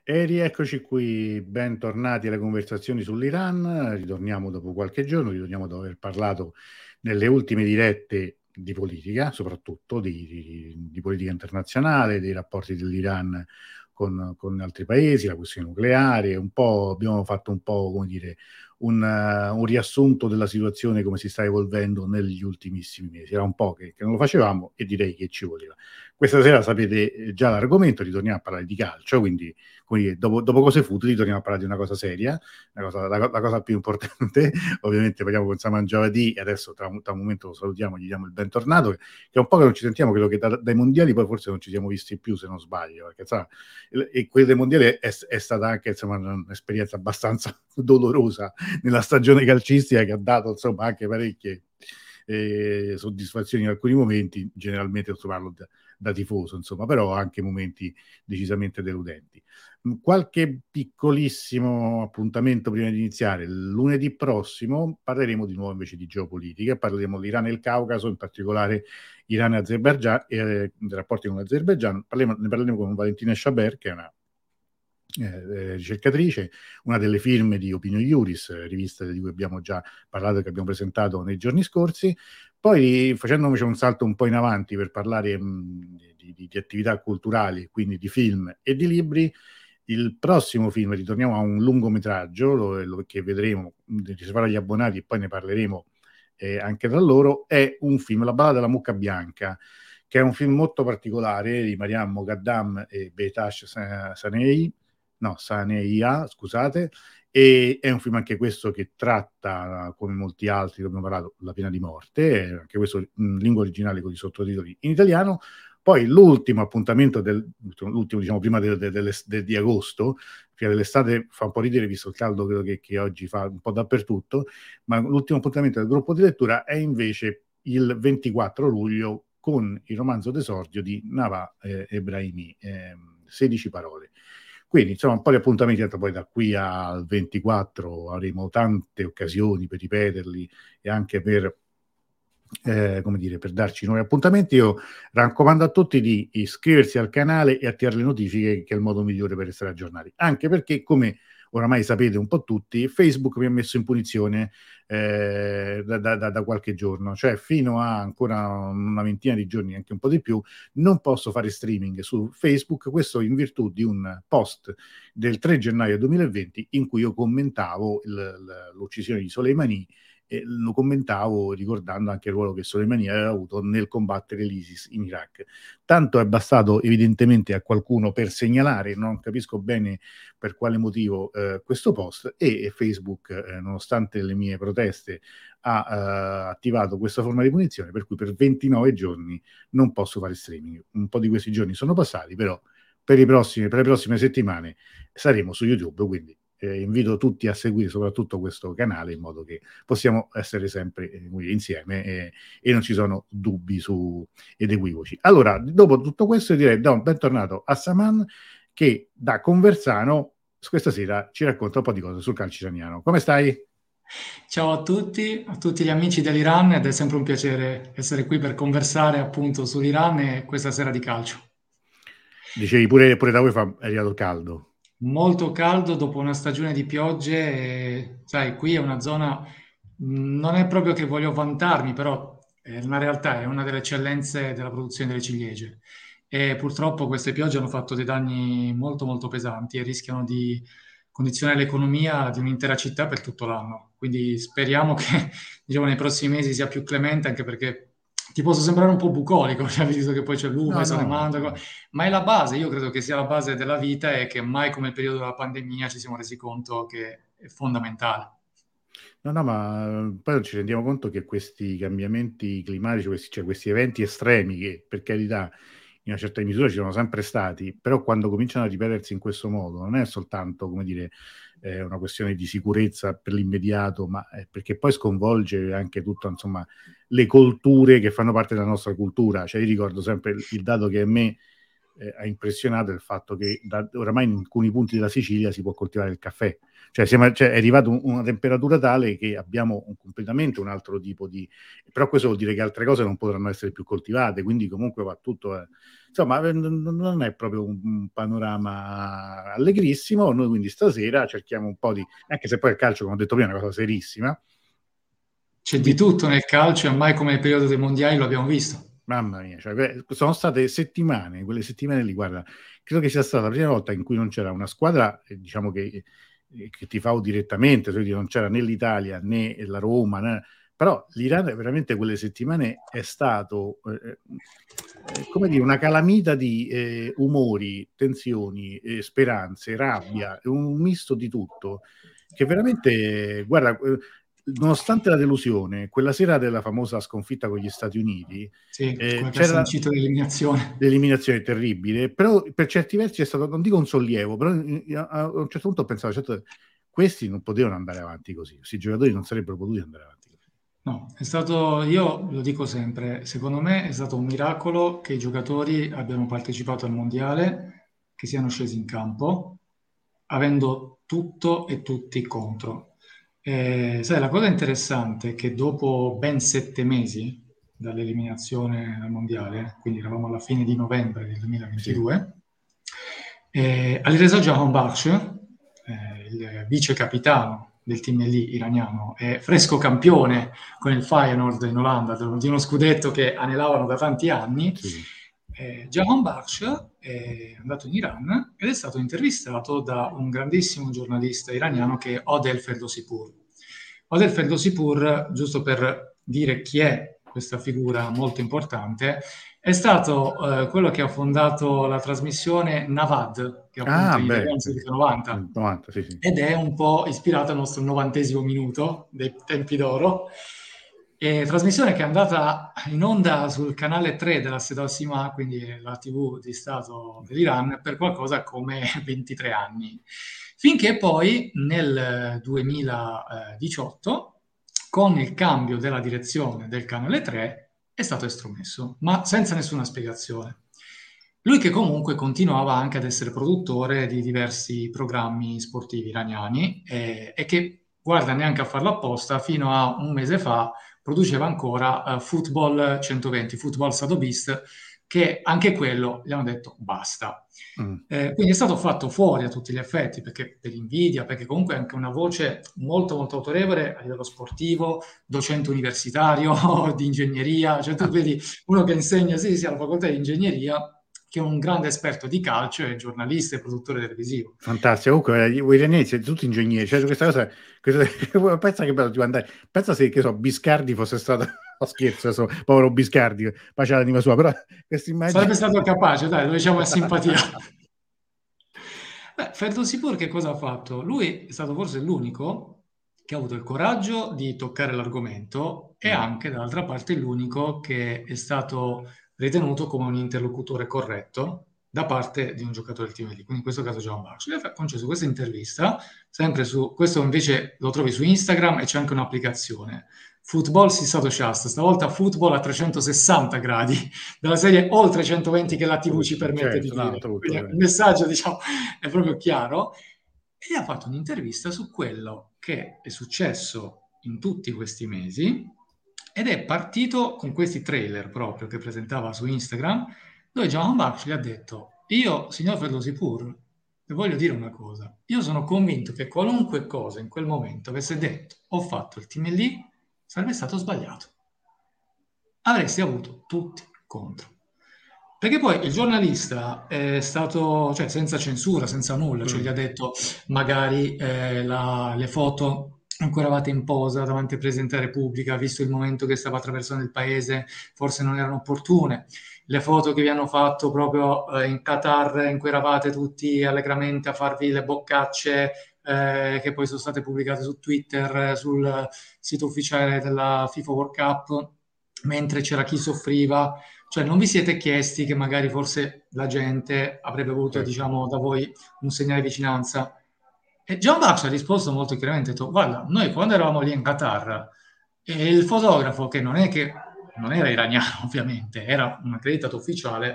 E rieccoci qui, bentornati alle conversazioni sull'Iran. Ritorniamo dopo qualche giorno, ritorniamo dopo aver parlato nelle ultime dirette di politica, soprattutto di politica internazionale, dei rapporti dell'Iran con altri paesi, la questione nucleare, un po', abbiamo fatto un po', come dire, un riassunto della situazione come si sta evolvendo negli ultimissimi mesi. Era un po' che non lo facevamo e direi che ci voleva. Questa sera sapete già l'argomento, ritorniamo a parlare di calcio, quindi dopo cose futili torniamo a parlare di una cosa seria, la cosa più importante. Ovviamente parliamo con Saman Javadi e adesso tra un momento lo salutiamo, gli diamo il bentornato, che è un po' che non ci sentiamo, credo che dai mondiali poi forse non ci siamo visti più, se non sbaglio, perché e quello dei mondiali è stata anche un'esperienza abbastanza dolorosa nella stagione calcistica, che ha dato anche parecchie soddisfazioni in alcuni momenti, generalmente parlo da tifoso, però anche momenti decisamente deludenti. Qualche piccolissimo appuntamento prima di iniziare. Lunedì prossimo parleremo di nuovo invece di geopolitica, parleremo dell'Iran e il Caucaso, in particolare Iran e Azerbaijan, dei rapporti con l'Azerbaijan. Ne parleremo con Valentina Chaber, che è una ricercatrice, una delle firme di Opinio Iuris, rivista di cui abbiamo già parlato e che abbiamo presentato nei giorni scorsi. Poi, facendo invece un salto un po' in avanti per parlare di attività culturali, quindi di film e di libri, il prossimo film, ritorniamo a un lungometraggio che vedremo, riservato agli abbonati e poi ne parleremo anche tra loro. È un film, La balla della mucca bianca, che è un film molto particolare di Mariam Mogaddam e Behtash Saneia, scusate, e è un film anche questo che tratta, come molti altri che abbiamo parlato, la pena di morte, anche questo in lingua originale con i sottotitoli in italiano. Poi l'ultimo appuntamento, l'ultimo diciamo prima di agosto, prima dell'estate, fa un po' ridere visto il caldo credo che oggi fa un po' dappertutto, ma l'ultimo appuntamento del gruppo di lettura è invece il 24 luglio con il romanzo d'esordio di Nava Ebrahimi, 16 parole. Quindi insomma un po' di appuntamenti, poi da qui al 24 avremo tante occasioni per ripeterli e anche per per darci nuovi appuntamenti. Io raccomando a tutti di iscriversi al canale e attivare le notifiche, che è il modo migliore per restare aggiornati, anche perché, come oramai sapete un po' tutti, Facebook mi ha messo in punizione da qualche giorno, cioè fino a ancora una ventina di giorni, anche un po' di più, non posso fare streaming su Facebook, questo in virtù di un post del 3 gennaio 2020 in cui io commentavo l'uccisione di Soleimani, e lo commentavo ricordando anche il ruolo che Soleimani aveva avuto nel combattere l'ISIS in Iraq. Tanto è bastato evidentemente a qualcuno per segnalare, non capisco bene per quale motivo, questo post, e Facebook, nonostante le mie proteste, ha attivato questa forma di punizione, per cui per 29 giorni non posso fare streaming. Un po' di questi giorni sono passati, però per le prossime settimane saremo su YouTube, quindi invito tutti a seguire soprattutto questo canale, in modo che possiamo essere sempre insieme e non ci sono dubbi ed equivoci. Allora, dopo tutto questo, direi bentornato a Saman, che da Conversano questa sera ci racconta un po' di cose sul calcio iraniano. Come stai? Ciao a tutti gli amici dell'Iran ed è sempre un piacere essere qui per conversare appunto sull'Iran e questa sera di calcio. Dicevi pure da voi è arrivato il caldo. Molto caldo dopo una stagione di piogge e sai, qui è una zona, non è proprio che voglio vantarmi, però è una realtà, è una delle eccellenze della produzione delle ciliegie. E purtroppo queste piogge hanno fatto dei danni molto molto pesanti e rischiano di condizionare l'economia di un'intera città per tutto l'anno. Quindi speriamo che diciamo, nei prossimi mesi sia più clemente, anche perché ti posso sembrare un po' bucolico, cioè, visto che poi c'è l'uva, No, sono le no. mandorle, ma è la base, io credo che sia la base della vita e che mai come il periodo della pandemia ci siamo resi conto che è fondamentale. No, no, ma poi non ci rendiamo conto che questi cambiamenti climatici, questi eventi estremi, che per carità in una certa misura ci sono sempre stati, però quando cominciano a ripetersi in questo modo, non è soltanto, come dire, una questione di sicurezza per l'immediato, ma perché poi sconvolge anche tutto, insomma, le colture che fanno parte della nostra cultura. Cioè, io ricordo sempre il dato che a me ha impressionato il fatto che oramai in alcuni punti della Sicilia si può coltivare il caffè. Cioè, è arrivato una temperatura tale che abbiamo completamente un altro tipo di... Però questo vuol dire che altre cose non potranno essere più coltivate, quindi comunque va tutto... Insomma, non è proprio un panorama allegrissimo. Noi quindi stasera cerchiamo un po' di... Anche se poi il calcio, come ho detto prima, è una cosa serissima. C'è di tutto nel calcio, ormai come nel periodo dei mondiali lo abbiamo visto. Mamma mia, cioè, sono state settimane, quelle settimane lì, guarda, credo che sia stata la prima volta in cui non c'era una squadra, diciamo che tifavo direttamente, cioè non c'era né l'Italia né la Roma, però l'Iran veramente quelle settimane è stato come dire, una calamita di umori, tensioni, speranze, rabbia, un misto di tutto, che veramente, guarda, nonostante la delusione, quella sera della famosa sconfitta con gli Stati Uniti, sì, come c'era sancito l'eliminazione. L'eliminazione terribile, però per certi versi è stato, non dico un sollievo, però a un certo punto ho pensato, certo, questi non potevano andare avanti così, questi giocatori non sarebbero potuti andare avanti così. No, è stato, io lo dico sempre, secondo me è stato un miracolo che i giocatori abbiano partecipato al mondiale, che siano scesi in campo, avendo tutto e tutti contro. Sai, la cosa interessante è che dopo ben 7 mesi dall'eliminazione al mondiale, quindi eravamo alla fine di novembre del 2022, Alireza Jahanbakhsh, il vice capitano del team lì iraniano, è fresco campione con il Feyenoord in Olanda di uno scudetto che anelavano da tanti anni. Sì. Jahanbakhsh è andato in Iran ed è stato intervistato da un grandissimo giornalista iraniano che è Oded Ferdowsipur. Oded Ferdowsipur, giusto per dire chi è questa figura molto importante, è stato quello che ha fondato la trasmissione Navad, che appunto in italiano si dice 90, 90 sì. ed è un po' ispirato al nostro 90° minuto dei tempi d'oro. Trasmissione che è andata in onda sul canale 3 della Sedal Sima, quindi la TV di Stato dell'Iran, per qualcosa come 23 anni. Finché poi nel 2018, con il cambio della direzione del canale 3, è stato estromesso, ma senza nessuna spiegazione. Lui che comunque continuava anche ad essere produttore di diversi programmi sportivi iraniani e che, guarda, neanche a farlo apposta, fino a un mese fa produceva ancora Football 120, Football Sadobist, che anche quello gli hanno detto basta. Quindi è stato fatto fuori a tutti gli effetti, perché per invidia, perché comunque è anche una voce molto molto autorevole a livello sportivo, docente universitario di ingegneria, cioè tu vedi uno che insegna sì, alla facoltà di ingegneria, che è un grande esperto di calcio e giornalista e produttore televisivo. Fantastico, comunque voi iraniani siete tutti ingegneri, cioè questa cosa, pensa che bello ti andare, pensa se, che so, Biscardi fosse stato, no, scherzo, adesso, povero Biscardi, pace all'anima sua, però questa immagine... Sarebbe stato capace, dai, lo diciamo a simpatia. Ferdowsipur che cosa ha fatto? Lui è stato forse l'unico che ha avuto il coraggio di toccare l'argomento e anche, dall'altra parte, l'unico che è stato ritenuto come un interlocutore corretto da parte di un giocatore del team lì, quindi in questo caso Jahanbakhsh. Gli ha concesso questa intervista, sempre su, questo invece lo trovi su Instagram e c'è anche un'applicazione, Football Sissato Shast, stavolta football a 360 gradi, dalla serie oltre 120 che la TV ci permette di dire. Quindi il messaggio, diciamo, è proprio chiaro. E ha fatto un'intervista su quello che è successo in tutti questi mesi ed è partito con questi trailer proprio che presentava su Instagram, dove Jahanbakhsh gli ha detto: io, signor Ferdowsipur, vi voglio dire una cosa, io sono convinto che qualunque cosa in quel momento avesse detto o fatto il team lì sarebbe stato sbagliato. Avresti avuto tutti contro. Perché poi il giornalista è stato, cioè senza censura, senza nulla, cioè gli ha detto magari le foto in cui eravate in posa davanti al Presidente della Repubblica, visto il momento che stava attraversando il paese, forse non erano opportune. Le foto che vi hanno fatto proprio in Qatar, in cui eravate tutti allegramente a farvi le boccacce, che poi sono state pubblicate su Twitter, sul sito ufficiale della FIFA World Cup, mentre c'era chi soffriva. Cioè non vi siete chiesti che magari forse la gente avrebbe voluto, diciamo, da voi un segnale di vicinanza? E Jahanbakhsh ha risposto molto chiaramente, ha detto: guarda, noi quando eravamo lì in Qatar, il fotografo, che non era iraniano ovviamente, era un accreditato ufficiale,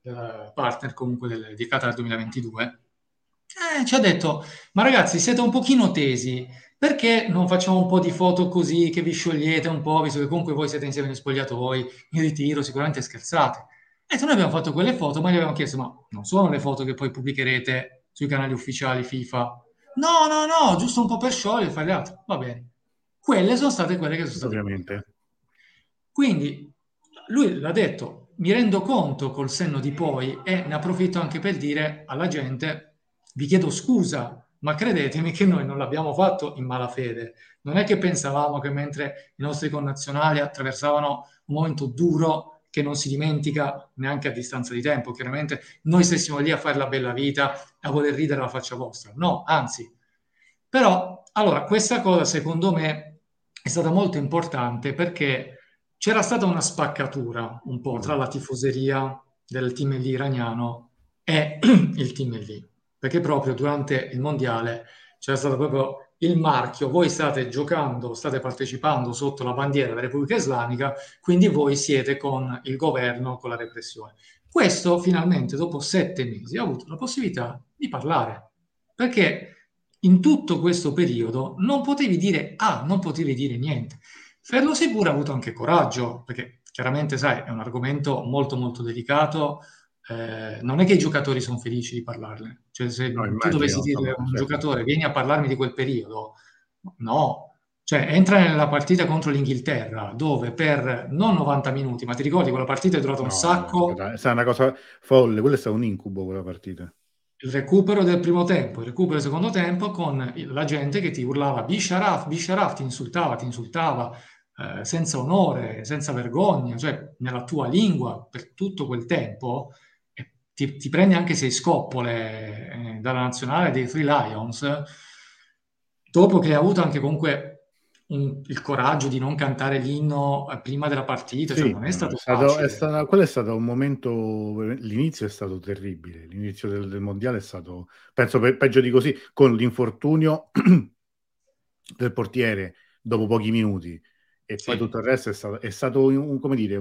partner comunque di Qatar 2022, ci ha detto, ma ragazzi siete un pochino tesi, perché non facciamo un po' di foto così che vi sciogliete un po', visto che comunque voi siete insieme negli spogliatoi, in ritiro, sicuramente scherzate. E noi abbiamo fatto quelle foto, ma gli abbiamo chiesto, ma non sono le foto che poi pubblicherete sui canali ufficiali FIFA? No, no, no, giusto un po' per sciogliere e fare le altre. Va bene. Quelle sono state quelle che sono state ovviamente. pubblicate. Quindi lui l'ha detto, mi rendo conto col senno di poi e ne approfitto anche per dire alla gente, vi chiedo scusa, ma credetemi che noi non l'abbiamo fatto in malafede. Non è che pensavamo che mentre i nostri connazionali attraversavano un momento duro che non si dimentica neanche a distanza di tempo, chiaramente noi stessimo lì a fare la bella vita, a voler ridere alla faccia vostra. No, anzi. Però, allora, questa cosa secondo me è stata molto importante perché c'era stata una spaccatura un po' tra Mm. la tifoseria del team lì iraniano e il team lì, perché proprio durante il mondiale c'era stato proprio il marchio, voi state giocando, state partecipando sotto la bandiera della Repubblica Islamica, quindi voi siete con il governo, con la repressione. Questo finalmente, dopo 7 mesi, ha avuto la possibilità di parlare, perché in tutto questo periodo non potevi dire A, non potevi dire niente. Ferlo pure ha avuto anche coraggio, perché chiaramente, sai, è un argomento molto molto delicato. Non è che i giocatori sono felici di parlarne. Cioè, se No, tu dovessi immagino, dire insomma, a un certo. giocatore vieni a parlarmi di quel periodo, no. Cioè, entra nella partita contro l'Inghilterra, dove per non 90 minuti, ma ti ricordi, quella partita è durata un No, vabbè, sacco, è stata una cosa folle, quello è stato un incubo quella partita. il recupero del primo tempo, il recupero del secondo tempo con la gente che ti urlava Bisharaf, Bisharaf, ti insultava senza onore, senza vergogna, cioè nella tua lingua per tutto quel tempo, e ti prendi anche sei scoppole dalla nazionale dei Three Lions, dopo che hai avuto anche comunque il coraggio di non cantare l'inno prima della partita, cioè Sì, non è stato è facile. stata quello è stato un momento, l'inizio è stato terribile, l'inizio del mondiale è stato, penso peggio di così, con l'infortunio del portiere dopo pochi minuti e poi Sì. tutto il resto è stato come dire,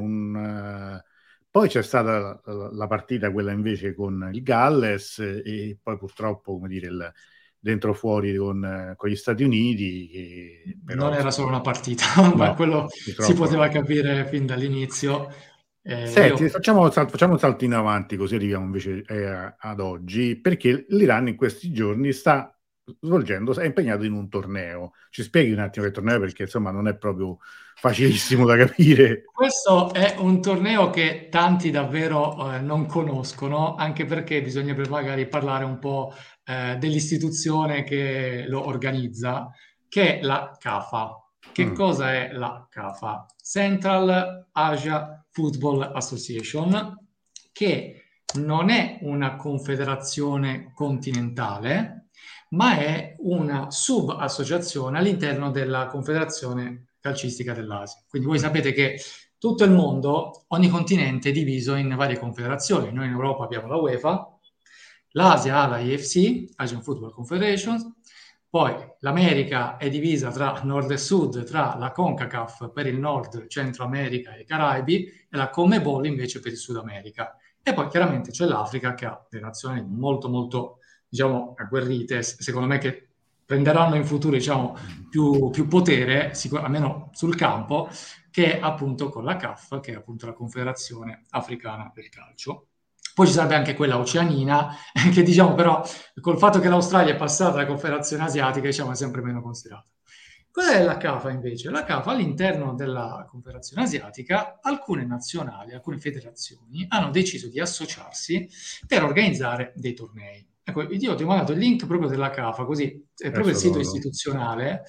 poi c'è stata la partita, quella invece con il Galles e poi purtroppo, come dire, dentro fuori con gli Stati Uniti, che però Non era insomma, solo una partita, ma no, quello si purtroppo no. poteva capire fin dall'inizio. Senti, Io facciamo un salto in avanti, così arriviamo invece ad oggi, perché l'Iran in questi giorni sta svolgendo, è impegnato in un torneo. Ci spieghi un attimo che torneo, perché insomma non è proprio facilissimo da capire. Questo è un torneo che tanti davvero non conoscono, anche perché bisognerebbe magari parlare un po' dell'istituzione che lo organizza, che è la CAFA. Che Mm, cosa è la CAFA? Central Asia Football Association, che non è una confederazione continentale, ma è una sub-associazione all'interno della Confederazione Calcistica dell'Asia. Quindi voi mm, sapete che tutto il mondo, ogni continente è diviso in varie confederazioni. Noi in Europa abbiamo la UEFA, l'Asia ha la IFC, Asian Football Confederation, poi l'America è divisa tra nord e sud, tra la CONCACAF per il nord, Centro America e i Caraibi e la CONMEBOL invece per il Sud America. E poi chiaramente c'è l'Africa che ha delle nazioni molto molto diciamo agguerrite, secondo me che prenderanno in futuro diciamo più potere, almeno sul campo, che appunto con la CAF, che è appunto la Confederazione Africana del Calcio. Poi ci sarebbe anche quella oceanina, che diciamo però, col fatto che l'Australia è passata alla Confederazione Asiatica, diciamo è sempre meno considerata. Cos'è la CAFA invece? La CAFA all'interno della Confederazione Asiatica, alcune nazionali, alcune federazioni hanno deciso di associarsi per organizzare dei tornei. Ecco, io ti ho mandato il link proprio della CAFA, così è proprio il adesso sito istituzionale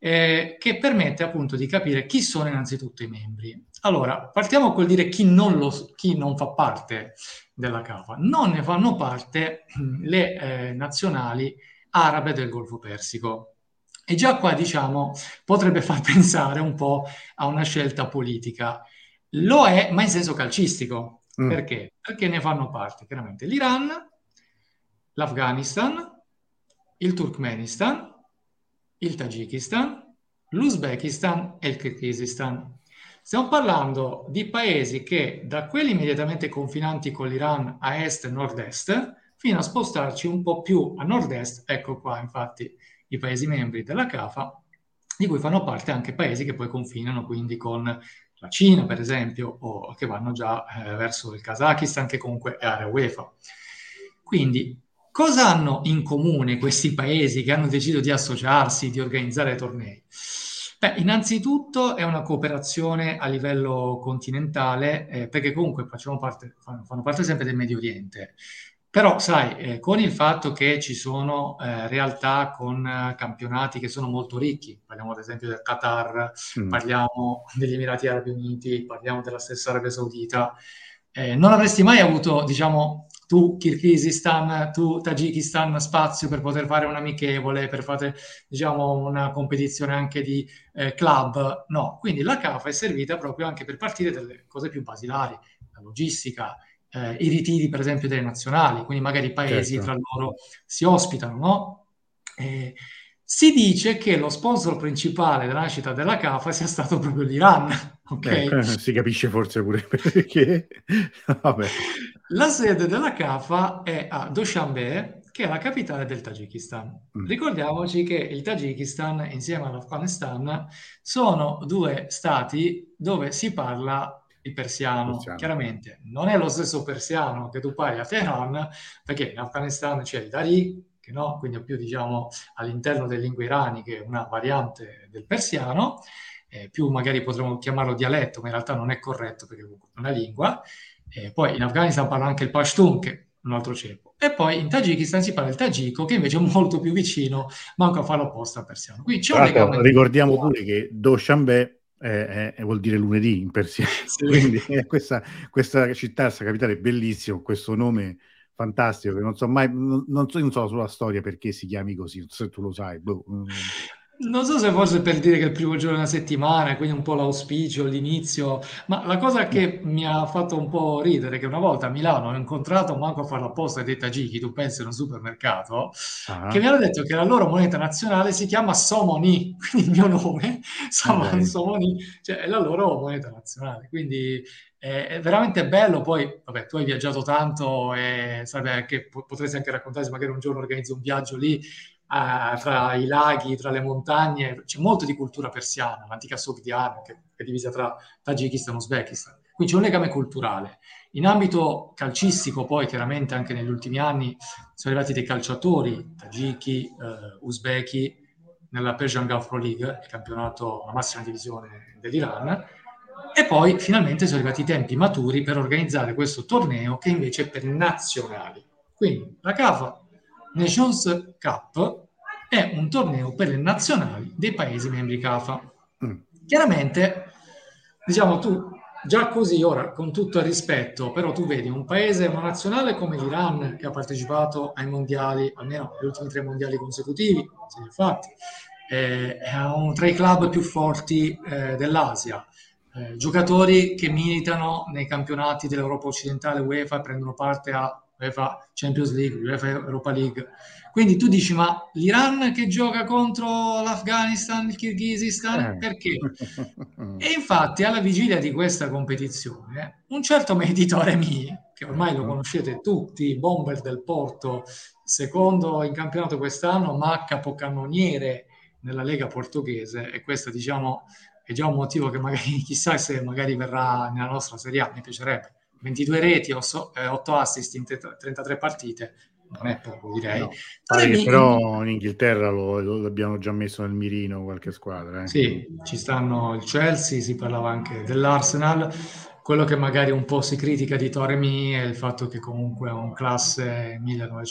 che permette appunto di capire chi sono innanzitutto i membri. Allora, partiamo col dire chi non fa parte della CAFA. Non ne fanno parte le nazionali arabe del Golfo Persico. E già qua, diciamo, potrebbe far pensare un po' a una scelta politica. Lo è, ma in senso calcistico. Mm. Perché? Perché ne fanno parte chiaramente l'Iran, l'Afghanistan, il Turkmenistan, il Tagikistan, l'Uzbekistan e il Kirghizistan. Stiamo parlando di paesi che da quelli immediatamente confinanti con l'Iran a est e nord-est, fino a spostarci un po' più a nord-est, ecco qua infatti i paesi membri della CAFA, di cui fanno parte anche paesi che poi confinano quindi con la Cina, per esempio, o che vanno già verso il Kazakistan, che comunque è area UEFA. Quindi, cosa hanno in comune questi paesi che hanno deciso di associarsi, di organizzare tornei? Beh, innanzitutto è una cooperazione a livello continentale, perché comunque fanno parte sempre del Medio Oriente. Però, sai, con il fatto che ci sono realtà con campionati che sono molto ricchi, parliamo ad esempio del Qatar, Mm. parliamo degli Emirati Arabi Uniti, parliamo della stessa Arabia Saudita, non avresti mai avuto, diciamo, tu Kirghizistan, tu Tagikistan, spazio per poter fare un amichevole, per fare, diciamo, una competizione anche di club. No, quindi la CAF è servita proprio anche per partire dalle cose più basilari, la logistica, i ritiri, per esempio, delle nazionali, quindi magari i paesi Certo. tra loro si ospitano, no? Eh, si dice che lo sponsor principale della nascita della CAF sia stato proprio l'Iran, ok? Si capisce forse pure perché. Vabbè. La sede della CAFA è a Dushanbe, che è la capitale del Tagikistan. Mm. Ricordiamoci che il Tagikistan, insieme all'Afghanistan, sono due stati dove si parla il persiano. Possiamo. Chiaramente non è lo stesso persiano che tu parli a Teheran, perché in Afghanistan c'è il Dari, che no, quindi è più diciamo all'interno delle lingue iraniche una variante del persiano, più magari potremmo chiamarlo dialetto, ma in realtà non è corretto perché comunque è una lingua. Poi in Afghanistan parla anche il Pashtun, che è un altro ceppo. E poi in Tagikistan si parla il tagiko, che invece è molto più vicino, manco a farlo apposta al persiano. Quindi c'è Tra un l'altro legame ricordiamo culturale. pure che Doshanbe vuol dire lunedì in persiano, Sì. quindi questa città, questa capitale è bellissima, con questo nome fantastico, che non so mai, non so sulla storia perché si chiami così, non so se tu lo sai. Boh. Non so se forse per dire che è il primo giorno della settimana, quindi un po' l'auspicio, l'inizio, ma la cosa No. che mi ha fatto un po' ridere è che una volta a Milano ho incontrato, manco a farlo apposta, dei tagiki, tu pensi in un supermercato, che Ah, mi hanno detto che la loro moneta nazionale si chiama Somoni, quindi il mio nome, Saman dai. Somoni, cioè è la loro moneta nazionale, quindi è veramente bello. Poi, vabbè, tu hai viaggiato tanto e sai che potresti anche raccontare se magari un giorno organizzi un viaggio lì, tra i laghi, tra le montagne, c'è molto di cultura persiana, l'antica Sogdiana, che è divisa tra Tagikistan e Uzbekistan. Quindi c'è un legame culturale. In ambito calcistico, poi chiaramente anche negli ultimi anni sono arrivati dei calciatori, tagiki, uzbeki, nella Persian Gulf Pro League, il campionato, la massima divisione dell'Iran, e poi finalmente sono arrivati i tempi maturi per organizzare questo torneo che invece è per nazionali. Quindi la CAFA Nations Cup è un torneo per le nazionali dei paesi membri CAFA. Mm. Chiaramente, diciamo tu, già così ora, con tutto il rispetto, però tu vedi un paese, una nazionale come l'Iran, che ha partecipato ai mondiali, almeno agli ultimi 3 mondiali consecutivi, sì, infatti, è tra i club più forti dell'Asia. Giocatori che militano nei campionati dell'Europa occidentale UEFA e prendono parte a UEFA Champions League, UEFA Europa League. Quindi tu dici, ma l'Iran che gioca contro l'Afghanistan, il Kirghizistan, Eh. perché? E infatti alla vigilia di questa competizione, un certo Meditore Mi, che ormai lo Certo. conoscete tutti, bomber del Porto, secondo in campionato quest'anno, ma capocannoniere nella Lega portoghese, e questo diciamo è già un motivo che magari chissà se magari verrà nella nostra Serie A, mi piacerebbe. 22 reti, 8 assist in 33 partite, non è poco direi. No, pare che Taremi in però in Inghilterra lo abbiano già messo nel mirino qualche squadra. Sì, ci stanno il Chelsea, si parlava anche dell'Arsenal. Quello che magari un po' si critica di Toremi è il fatto che comunque è un classe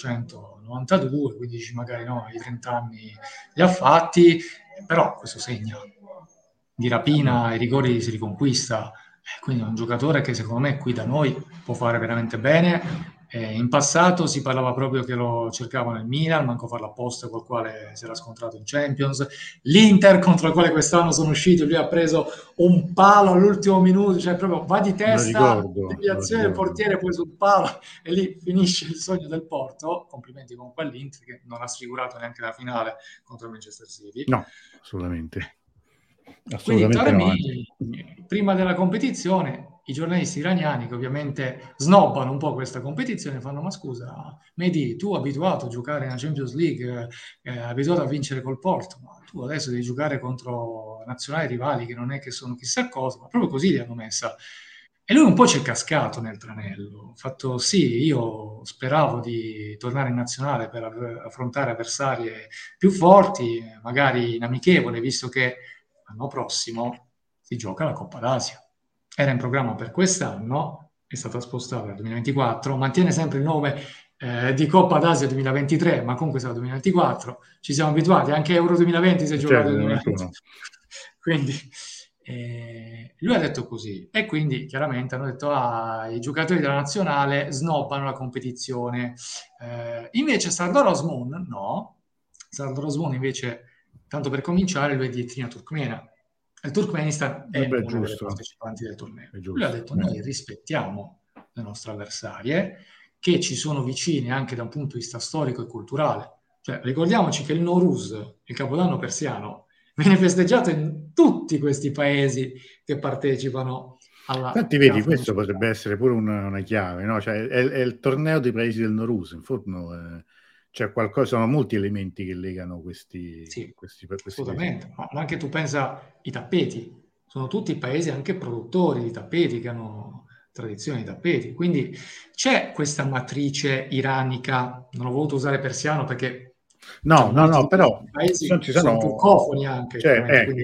1992, quindi dici magari no, i 30 anni li ha fatti, però questo segna. Di No. rapina i rigori si riconquista, quindi è un giocatore che secondo me qui da noi può fare veramente bene. In passato si parlava proprio che lo cercavano nel Milan, manco farlo apposta, col quale si era scontrato in Champions. L'Inter contro il quale quest'anno sono usciti, lui ha preso un palo all'ultimo minuto, cioè proprio va di testa, Me lo deviazione del ricordo. portiere poi sul palo e lì finisce il sogno del Porto. Complimenti comunque all'Inter che non ha sfigurato neanche la finale contro il Manchester City. No, assolutamente. Quindi Assolutamente no. Taremi, prima della competizione, i giornalisti iraniani che ovviamente snobbano un po' questa competizione fanno: ma scusa, Mehdi, tu abituato a giocare nella Champions League, abituato a vincere col Porto, ma tu adesso devi giocare contro nazionali rivali che non è che sono chissà cosa, ma proprio così li hanno messa. E lui un po' c'è cascato nel tranello. Ha fatto: sì, io speravo di tornare in nazionale per affrontare avversarie più forti, magari in amichevole, visto che l'anno prossimo si gioca la Coppa d'Asia. Era in programma per quest'anno, è stata spostata al 2024, mantiene sempre il nome di Coppa d'Asia 2023, ma comunque sarà 2024. Ci siamo abituati, anche Euro 2020 si è Cioè, giocato nel 2020. 21. Quindi lui ha detto così, e quindi chiaramente hanno detto: ah, i giocatori della nazionale snobbano la competizione. Invece Sardar Osman no. Sardar Osman invece, tanto per cominciare, lui è di etnia turkmena. Il Turkmenistan è Vabbè, è una delle giusto, partecipanti del torneo. è Lui ha giusto. detto: noi rispettiamo le nostre avversarie, che ci sono vicine anche da un punto di vista storico e culturale. Cioè, ricordiamoci che il Nowruz, il Capodanno persiano, viene festeggiato in tutti questi paesi che partecipano alla Infatti, vedi, CAF questo Nations potrebbe Cup. essere pure una chiave, no? Cioè, è il torneo dei paesi del Norus. In fondo, c'è qualcosa, sono molti elementi che legano Sì, questi paesi. assolutamente. Ma anche tu pensa i tappeti, sono tutti paesi anche produttori di tappeti che hanno tradizione di tappeti. Quindi c'è questa matrice iranica, non ho voluto usare persiano perché No, diciamo, no, molti no, di questi però paesi ci sono sono, turcofoni anche, cioè, chiaramente, quindi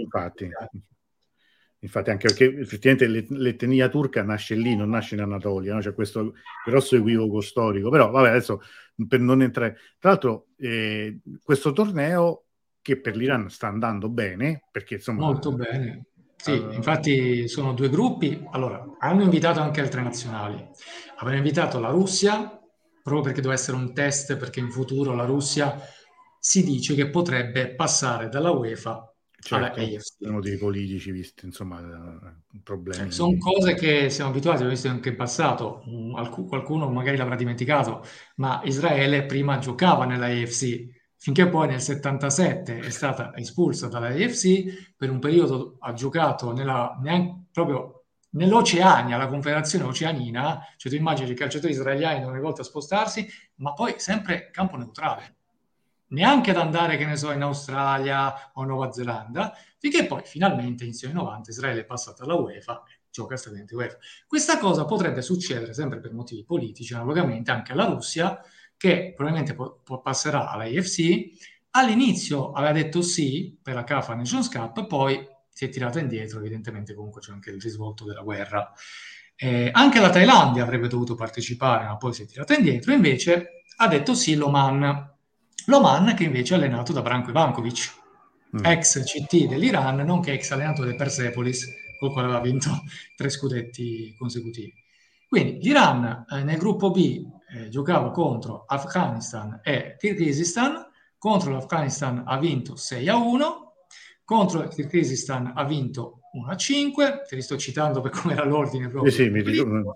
infatti, anche perché effettivamente l'etnia turca nasce lì, non nasce in Anatolia, no? C'è questo grosso equivoco storico, però vabbè, adesso per non entrare. Tra l'altro, questo torneo che per l'Iran sta andando bene, perché insomma, molto bene. Sì, eh, infatti sono due gruppi. Allora, hanno invitato anche altre nazionali. Avevano invitato la Russia, proprio perché doveva essere un test, perché in futuro la Russia si dice che potrebbe passare dalla UEFA alla certo, per AFC. motivi politici, visti insomma, Sono problemi. cose che siamo abituati, abbiamo visto anche in passato. Qualcuno magari l'avrà dimenticato, ma Israele prima giocava nella AFC, finché poi nel 77 è stata espulsa dalla AFC. Per un periodo ha giocato proprio nell'Oceania, la Confederazione Oceanina. Cioè tu immagini i calciatori israeliani ogni volta a spostarsi, ma poi sempre campo neutrale, neanche ad andare, che ne so, in Australia o Nuova Zelanda, finché poi finalmente inizio anni 90 Israele è passata alla UEFA e gioca stabilmente UEFA. Questa cosa potrebbe succedere sempre per motivi politici, analogamente anche alla Russia, che probabilmente passerà all'AFC. All'inizio aveva detto sì per la CAF Nations Cup, poi si è tirata indietro, evidentemente comunque c'è anche il risvolto della guerra. Anche la Thailandia avrebbe dovuto partecipare, ma poi si è tirata indietro, invece ha detto sì l'Oman. L'Oman che invece è allenato da Branko Ivankovic, Mm. ex CT dell'Iran, nonché ex allenatore del Persepolis, col quale aveva vinto 3 scudetti consecutivi. Quindi l'Iran nel gruppo B giocava contro Afghanistan e Kirghizistan, contro l'Afghanistan ha vinto 6-1, contro il Kirghizistan ha vinto 1-5, te li sto citando per come era l'ordine Sì, proprio sì, mi ricordo. alfabetico,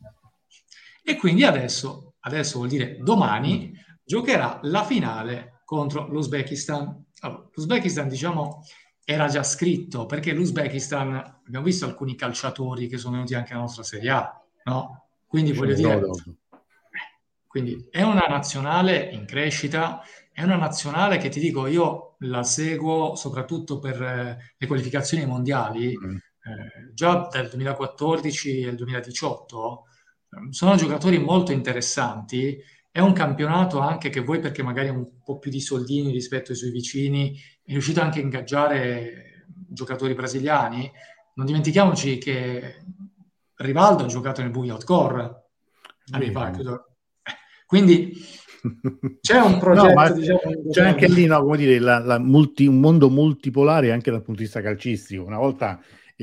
e quindi adesso vuol dire domani, Mm. giocherà la finale contro l'Uzbekistan. Allora, l'Uzbekistan, diciamo, era già scritto, perché l'Uzbekistan, abbiamo visto alcuni calciatori che sono venuti anche alla nostra Serie A, no? Quindi Ci voglio andrò dire, dopo. quindi è una nazionale in crescita, è una nazionale che ti dico, io la seguo soprattutto per le qualificazioni mondiali, Mm. già dal 2014 al 2018 sono giocatori molto interessanti. È un campionato anche che voi, perché magari ha un po' più di soldini rispetto ai suoi vicini, è riuscito anche a ingaggiare giocatori brasiliani. Non dimentichiamoci che Rivaldo ha giocato nel Buyout Core anni fa, Vero. quindi c'è un No, ma progetto, diciamo, a lungo c'è anche termine. lì, no, come dire, un mondo multipolare anche dal punto di vista calcistico. Una volta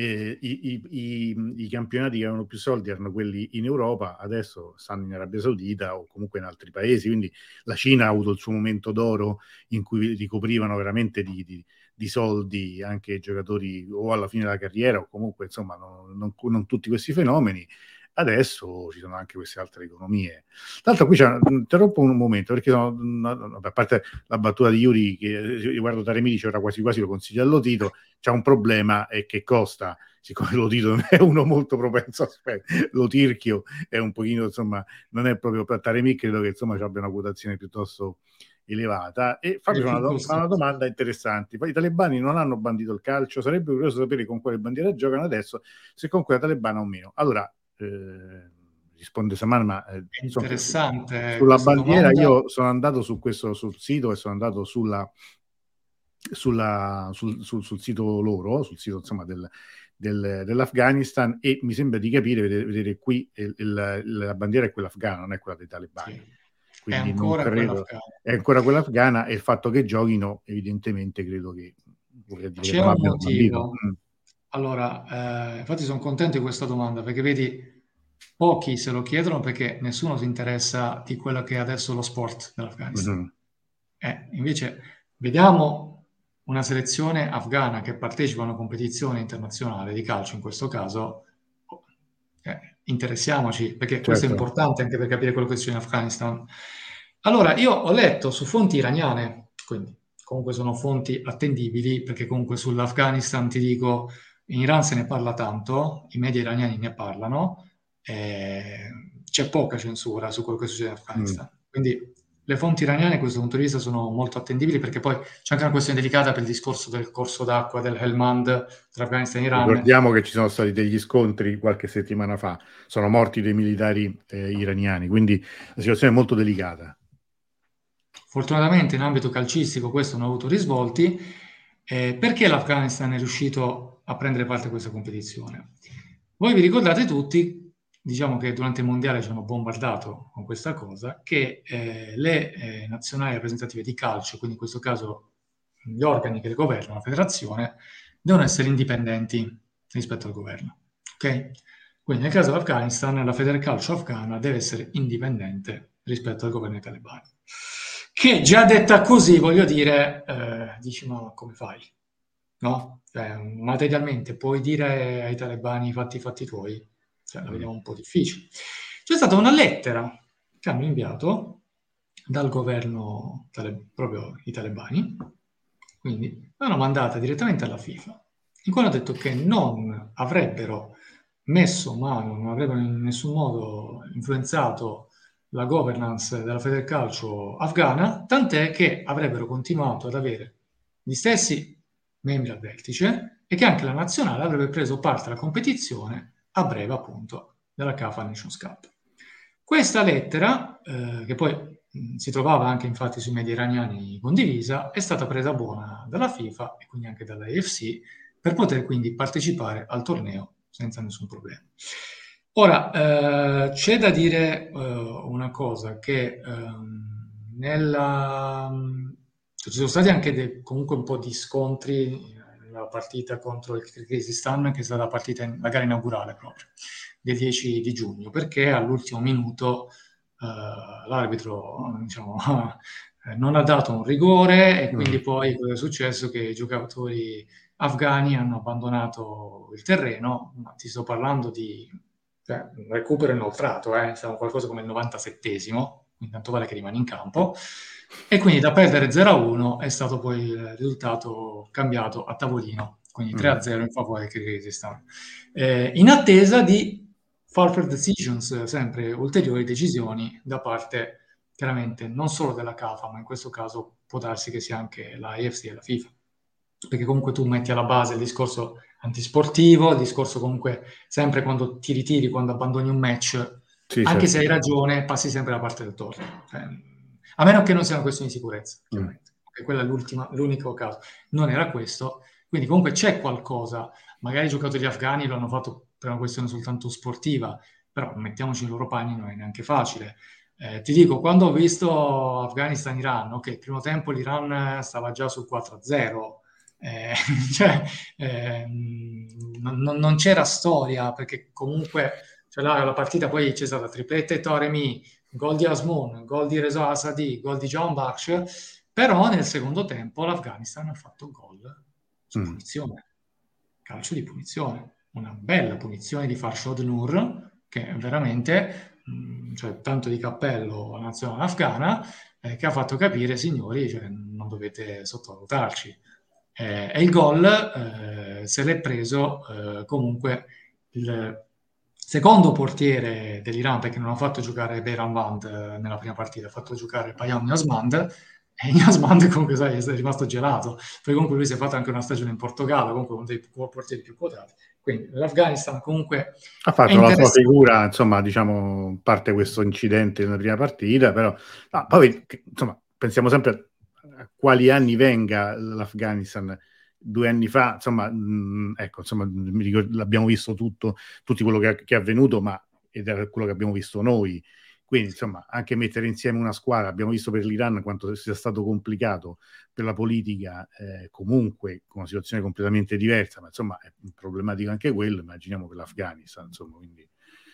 i campionati che avevano più soldi erano quelli in Europa, adesso stanno in Arabia Saudita o comunque in altri paesi, quindi la Cina ha avuto il suo momento d'oro in cui ricoprivano veramente di soldi anche i giocatori o alla fine della carriera o comunque insomma non tutti questi fenomeni. Adesso ci sono anche queste altre economie. Tra l'altro qui interrompo un momento, perché a parte la battuta di Yuri che riguardo Taremi dice ora quasi quasi lo consiglia all'Otito, c'è un problema è che costa, siccome l'Otito non è uno molto propenso a spendere, lo Tirchio è un pochino, insomma, non è proprio per Taremi, credo che insomma abbia una quotazione piuttosto elevata. E Fabio fa una domanda interessante: poi i talebani non hanno bandito il calcio, sarebbe curioso sapere con quale bandiera giocano adesso, se con quella talebana o meno. Allora risponde Saman, ma È interessante sulla questa bandiera domanda. io sono andato sul sito e sono andato sul sito loro, sul sito insomma dell'Afghanistan, e mi sembra di capire, vedere qui la bandiera è quella afghana, non è quella dei talebani. Sì. Quindi È ancora quella credo, afghana. è ancora quella afghana, e il fatto che giochino evidentemente credo che voglia dire C'è che non un abbiano bandito. motivo. Allora, infatti sono contento di questa domanda, perché vedi, pochi se lo chiedono perché nessuno si interessa di quello che è adesso lo sport dell'Afghanistan. Mm-hmm. Invece vediamo una selezione afghana che partecipa a una competizione internazionale di calcio, in questo caso, interessiamoci, perché questo è Certo. importante anche per capire quello che succede in Afghanistan. Allora, io ho letto su fonti iraniane, quindi comunque sono fonti attendibili, perché comunque sull'Afghanistan ti dico, in Iran se ne parla tanto, i media iraniani ne parlano, c'è poca censura su quello che succede in Afghanistan. Quindi le fonti iraniane da questo punto di vista sono molto attendibili, perché poi c'è anche una questione delicata per il discorso del corso d'acqua del Helmand tra Afghanistan e Iran. Ricordiamo che ci sono stati degli scontri qualche settimana fa, sono morti dei militari iraniani, quindi la situazione è molto delicata. Fortunatamente in ambito calcistico questo non ha avuto risvolti. Perché l'Afghanistan è riuscito a prendere parte a questa competizione? Voi vi ricordate tutti, diciamo che durante il mondiale ci hanno bombardato con questa cosa, che le nazionali rappresentative di calcio, quindi in questo caso gli organi che le governano, la federazione, devono essere indipendenti rispetto al governo. Ok? Quindi nel caso dell'Afghanistan, la Federcalcio afghana deve essere indipendente rispetto al governo dei talebani. Che già detta così, voglio dire, dici, ma come fai? No? Cioè, materialmente puoi dire ai talebani fatti i fatti tuoi? Cioè, la vediamo un po' difficile. C'è stata una lettera che hanno inviato dal governo, proprio i talebani, quindi l'hanno mandata direttamente alla FIFA, in cui hanno detto che non avrebbero messo mano, non avrebbero in nessun modo influenzato la governance della Federcalcio afghana, tant'è che avrebbero continuato ad avere gli stessi membri al vertice e che anche la nazionale avrebbe preso parte alla competizione a breve, appunto, della CAF Nations Cup. Questa lettera, che poi si trovava anche infatti sui media iraniani condivisa, è stata presa buona dalla FIFA e quindi anche dall'AFC per poter quindi partecipare al torneo senza nessun problema. Ora, c'è da dire una cosa, che ci sono stati anche comunque un po' di scontri nella partita contro il Kyrgyzstan, che è stata la gara inaugurale proprio, del 10 di giugno, perché all'ultimo minuto l'arbitro, diciamo, non ha dato un rigore e quindi poi cosa è successo? Che i giocatori afghani hanno abbandonato il terreno, ma ti sto parlando di un recupero inoltrato, siamo qualcosa come il 97esimo, quindi tanto vale che rimane in campo, e quindi da perdere 0-1 è stato poi il risultato cambiato a tavolino, quindi 3-0 in favore del Kyrgyzstan. In attesa di further decisions, sempre ulteriori decisioni da parte chiaramente non solo della CAFA, ma in questo caso può darsi che sia anche la AFC e la FIFA, perché comunque tu metti alla base il discorso antisportivo, il discorso comunque sempre quando ti ritiri, quando abbandoni un match, Sì, anche certo. se hai ragione, passi sempre dalla parte del torto. Cioè, a meno che non sia una questione di sicurezza, chiaramente. Perché quella è l'unico caso. Non era questo, quindi comunque c'è qualcosa. Magari i giocatori afghani lo hanno fatto per una questione soltanto sportiva, però mettiamoci i loro panni, non è neanche facile. Ti dico, quando ho visto Afghanistan-Iran, ok, il primo tempo l'Iran stava già sul 4-0, cioè, non c'era storia, perché comunque cioè, la partita poi c'è stata triplette Toremi, gol di Asmoon, gol di Reza Asadi, gol di John Bakhsh, però nel secondo tempo l'Afghanistan ha fatto gol su punizione, calcio di punizione, una bella punizione di Farshad Noor, che veramente, cioè, tanto di cappello alla nazionale afghana, che ha fatto capire, signori, cioè, non dovete sottovalutarci. E il gol se l'è preso comunque il secondo portiere dell'Iran, perché non ha fatto giocare Beiran Vand nella prima partita, ha fatto giocare Payam Yasmand, e Yasmand comunque sai, è rimasto gelato. Poi comunque lui si è fatto anche una stagione in Portogallo, comunque uno dei portieri più quotati. Quindi l'Afghanistan comunque Ha è fatto la sua interessante. figura, insomma, diciamo, parte questo incidente nella prima partita, però no, poi insomma, pensiamo sempre a quali anni venga l'Afghanistan. 2 anni fa, insomma, ecco, insomma, l'abbiamo visto tutti quello che è avvenuto, ma ed era quello che abbiamo visto noi. Quindi, insomma, anche mettere insieme una squadra, abbiamo visto per l'Iran quanto sia stato complicato per la politica, comunque con una situazione completamente diversa, ma insomma è problematico anche quello, immaginiamo per l'Afghanistan, insomma, quindi...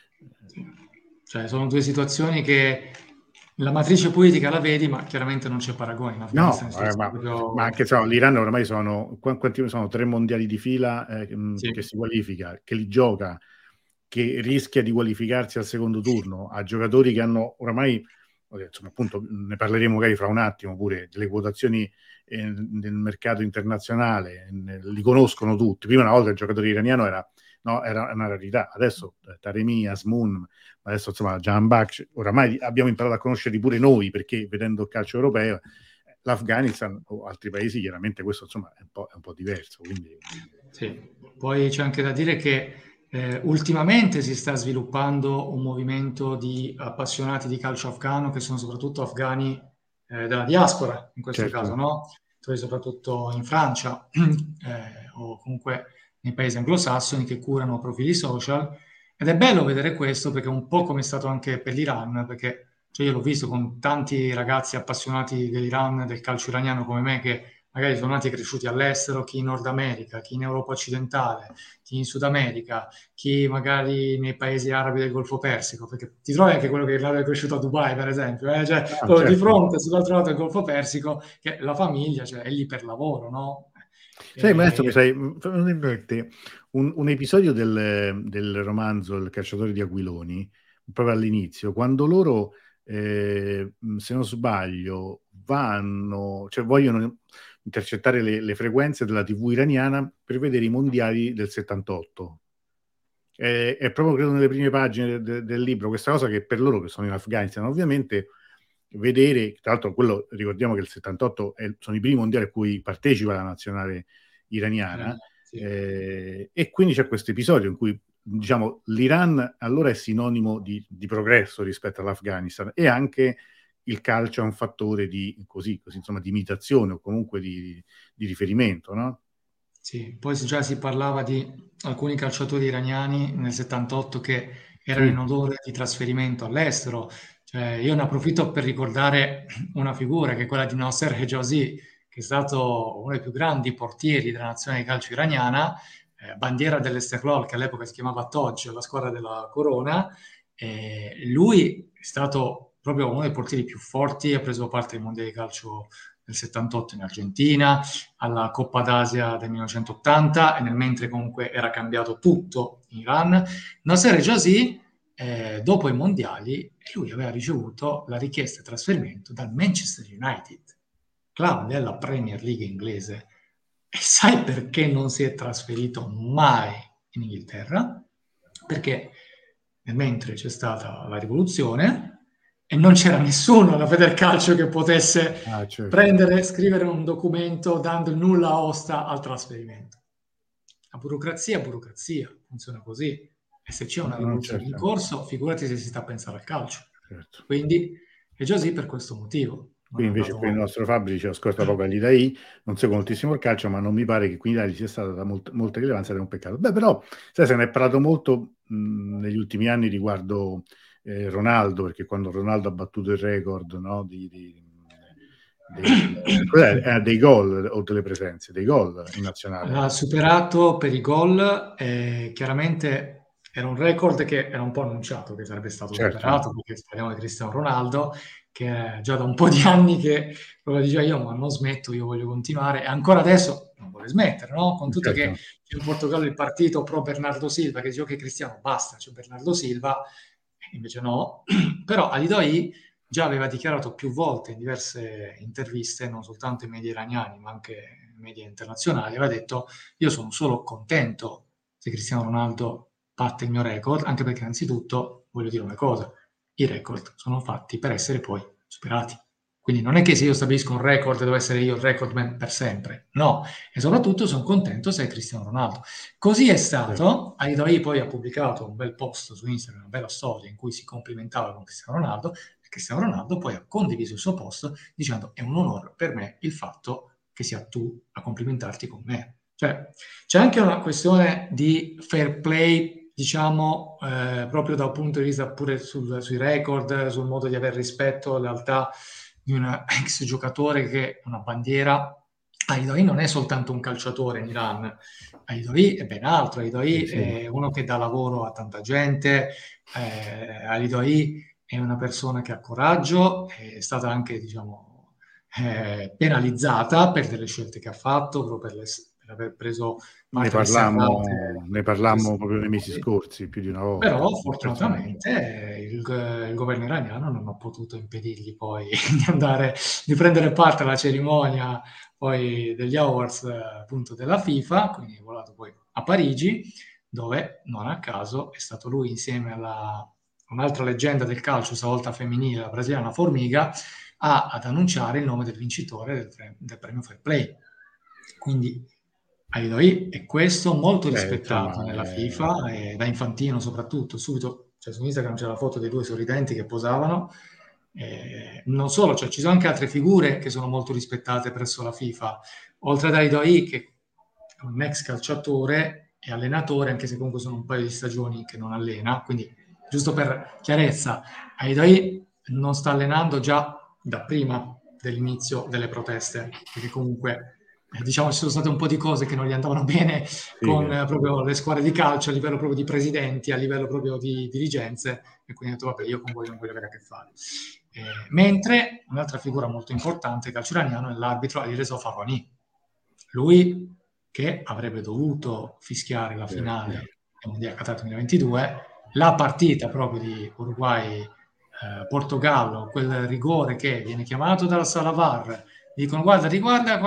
Cioè, sono due situazioni che la matrice politica la vedi, ma chiaramente non c'è paragone in No, Afghanistan. ma anche l'Iran ormai quanti sono 3 mondiali di fila che Sì, si qualifica, che li gioca, che rischia di qualificarsi al secondo turno, a giocatori che hanno ormai, insomma, appunto, ne parleremo magari fra un attimo pure, delle quotazioni nel mercato internazionale, li conoscono tutti. Prima una volta il giocatore iraniano era una rarità, adesso Taremi, Asmoon, adesso insomma Jahan Baksh, oramai abbiamo imparato a conoscerli pure noi, perché vedendo il calcio europeo, l'Afghanistan o altri paesi chiaramente questo insomma è un po' diverso, quindi... sì. Poi c'è anche da dire che ultimamente si sta sviluppando un movimento di appassionati di calcio afghano che sono soprattutto afghani della diaspora, in questo caso, Certo. no? Soprattutto in Francia o comunque nei paesi anglosassoni che curano profili social. Ed è bello vedere questo perché è un po' come è stato anche per l'Iran, perché cioè, io l'ho visto con tanti ragazzi appassionati dell'Iran, del calcio iraniano come me, che magari sono nati e cresciuti all'estero, chi in Nord America, chi in Europa occidentale, chi in Sud America, chi magari nei paesi arabi del Golfo Persico, perché ti trovi anche quello che è cresciuto a Dubai, per esempio, cioè, Ah, proprio di certo. fronte, sull'altro lato del Golfo Persico, che la famiglia cioè, è lì per lavoro, no? Sai, ma adesso mi E... sai, fammi in mente un episodio del romanzo Il cacciatore di aquiloni, proprio all'inizio, quando loro, se non sbaglio, cioè vogliono intercettare le frequenze della TV iraniana per vedere i mondiali del 78. È proprio, credo, nelle prime pagine del libro, questa cosa che per loro che sono in Afghanistan, ovviamente, vedere, tra l'altro quello, ricordiamo che il 78 sono i primi mondiali a cui partecipa la nazionale iraniana, sì. e quindi c'è questo episodio in cui, diciamo, l'Iran allora è sinonimo di progresso rispetto all'Afghanistan, e anche il calcio è un fattore così insomma, di imitazione o comunque di riferimento, no? Sì, poi già si parlava di alcuni calciatori iraniani nel 78 che erano in Sì, odore di trasferimento all'estero. Cioè, io ne approfitto per ricordare una figura che è quella di Nasser Hejazi, che è stato uno dei più grandi portieri della nazione di calcio iraniana, bandiera dell'Istiklal, che all'epoca si chiamava Toj, la squadra della Corona. Lui è stato proprio uno dei portieri più forti, ha preso parte ai mondiali di calcio del 78 in Argentina, alla Coppa d'Asia del 1980, e nel mentre comunque era cambiato tutto in Iran. Nasser Hejazi, dopo i mondiali, lui aveva ricevuto la richiesta di trasferimento dal Manchester United, club della Premier League inglese. E sai perché non si è trasferito mai in Inghilterra? Perché nel mentre c'è stata la rivoluzione e non c'era nessuno alla Federcalcio che potesse certo. prendere, scrivere un documento dando il nulla osta al trasferimento. La burocrazia è burocrazia, funziona così. E se c'è una No, no, rivoluzione in certo, corso, figurati se si sta a pensare al calcio. certo. Quindi è già così per questo motivo. Non Qui è invece andato il mai. nostro Fabri dice: ascolta poco agli dai, non seguo moltissimo il calcio, ma non mi pare che qui in Italia sia stata da molta rilevanza, ed è un peccato. Beh, però, sai, se ne è parlato molto negli ultimi anni riguardo Ronaldo, perché quando Ronaldo ha battuto il record, no, dei gol o delle presenze, dei gol in nazionale. Ha superato per i gol, chiaramente era un record che era un po' annunciato che sarebbe stato certo, superato, perché parliamo di Cristiano Ronaldo, che è già da un po' di anni che proprio diceva io ma non smetto, io voglio continuare, e ancora adesso non vuole smettere, no? Con tutto che certo. c'è in Portogallo il partito pro Bernardo Silva che dice ok Cristiano basta, c'è Bernardo Silva, invece no, però Alidoi già aveva dichiarato più volte in diverse interviste, non soltanto ai media iraniani ma anche ai media internazionali, aveva detto io sono solo contento se Cristiano Ronaldo batte il mio record, anche perché innanzitutto voglio dire una cosa, i record sono fatti per essere poi superati. Quindi non è che se io stabilisco un record devo essere io il recordman per sempre, no, e soprattutto sono contento se è Cristiano Ronaldo. Così è Certo. stato, Aidoi poi ha pubblicato un bel post su Instagram, una bella storia in cui si complimentava con Cristiano Ronaldo, e Cristiano Ronaldo poi ha condiviso il suo post dicendo è un onore per me il fatto che sia tu a complimentarti con me. Cioè, c'è anche una questione di fair play, diciamo, proprio dal punto di vista pure sui record, sul modo di avere rispetto, lealtà di un ex giocatore che è una bandiera. Aidoi non è soltanto un calciatore in Iran, Aidoi è ben altro, Sì, Aidoi sì. è uno che dà lavoro a tanta gente, Aidoi è una persona che ha coraggio, è stata anche, diciamo, penalizzata per delle scelte che ha fatto, proprio per aver preso parte alle serrate Ne di questi parlammo proprio nei mesi giocatori. scorsi, più di una volta, Però del personaggio. fortunatamente il governo iraniano non ha potuto impedirgli poi di andare, di prendere parte alla cerimonia poi degli awards appunto della FIFA, quindi è volato poi a Parigi, dove non a caso è stato lui insieme alla un'altra leggenda del calcio, stavolta femminile, la brasiliana Formiga, ad annunciare il nome del vincitore del premio Fair Play. Quindi Aidoi è questo molto rispettato Insomma, nella FIFA e da Infantino soprattutto, subito, cioè su Instagram c'è la foto dei due sorridenti che posavano. Non solo, cioè ci sono anche altre figure che sono molto rispettate presso la FIFA, oltre ad Aidoi che è un ex calciatore e allenatore, anche se comunque sono un paio di stagioni che non allena, quindi giusto per chiarezza, Aidoi non sta allenando già da prima dell'inizio delle proteste, perché comunque diciamo ci sono state un po' di cose che non gli andavano bene sì, con proprio le squadre di calcio a livello proprio di presidenti, a livello proprio di dirigenze, e quindi ho detto vabbè io con voi non voglio avere a che fare. Mentre un'altra figura molto importante del calcio iraniano è l'arbitro Alireza Farhani. Lui che avrebbe dovuto fischiare la finale sì. del Mondiale Qatar 2022, la partita proprio di Uruguay-Portogallo, quel rigore che viene chiamato dalla sala VAR, dicono guarda, riguarda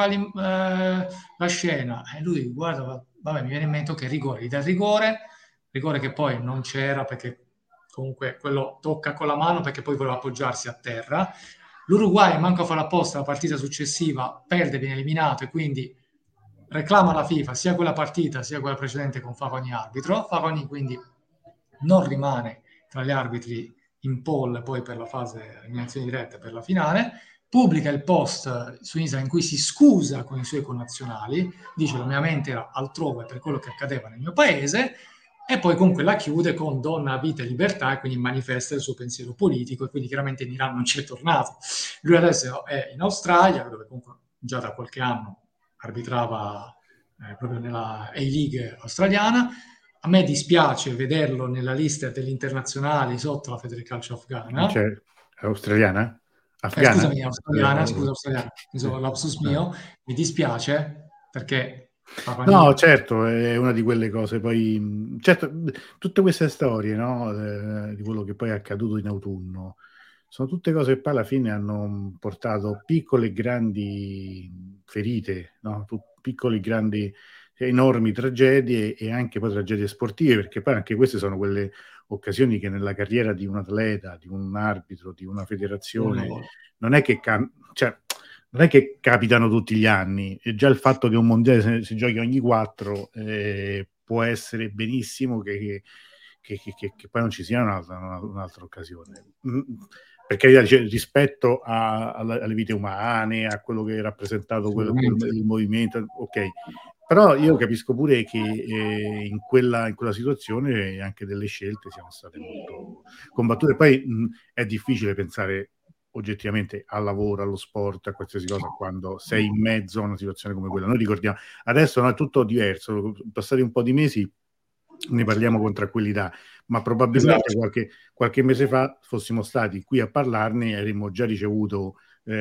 la scena, e lui guarda, vabbè, mi viene in mente che rigore, gli dà il rigore che poi non c'era perché comunque quello tocca con la mano perché poi voleva appoggiarsi a terra. L'Uruguay, manco a fare apposta, la partita successiva perde, viene eliminato e quindi reclama la FIFA sia quella partita sia quella precedente con Favani arbitro. Favani quindi non rimane tra gli arbitri in poll poi per la fase eliminazione diretta per la finale, pubblica il post su Instagram in cui si scusa con i suoi connazionali, dice la mia mente era altrove per quello che accadeva nel mio paese e poi comunque la chiude con donna, vita e libertà e quindi manifesta il suo pensiero politico e quindi chiaramente in Iran non c'è tornato. Lui adesso è in Australia dove comunque già da qualche anno arbitrava proprio nella A-League australiana. A me dispiace vederlo nella lista degli internazionali sotto la Federcalcio afghana. Cioè, è australiana? Afghana? Scusami, australiana, scusa, australiana, Sì. insomma, lapsus Ah. mio, mi dispiace perché No, Papani certo, è una di quelle cose. Poi, certo, tutte queste storie, no, di quello che poi è accaduto in autunno, sono tutte cose che poi alla fine hanno portato piccole e grandi ferite, no? Piccole e grandi, enormi tragedie e anche poi tragedie sportive, perché poi anche queste sono quelle occasioni che nella carriera di un atleta, di un arbitro, di una un federazione, lavoro. non è che cioè, non è che capitano tutti gli anni, e già il fatto che un mondiale si giochi ogni 4 può essere benissimo che poi non ci sia un'altra occasione. Per carità, rispetto alle vite umane, a quello che è rappresentato Assolutamente. il movimento, ok. Però io capisco pure che in quella situazione anche delle scelte siano state molto combattute. Poi è difficile pensare oggettivamente al lavoro, allo sport, a qualsiasi cosa, quando sei in mezzo a una situazione come quella. Noi ricordiamo, adesso no, è tutto diverso, passati un po' di mesi ne parliamo con tranquillità, ma probabilmente Esatto. qualche mese fa fossimo stati qui a parlarne e avremmo già ricevuto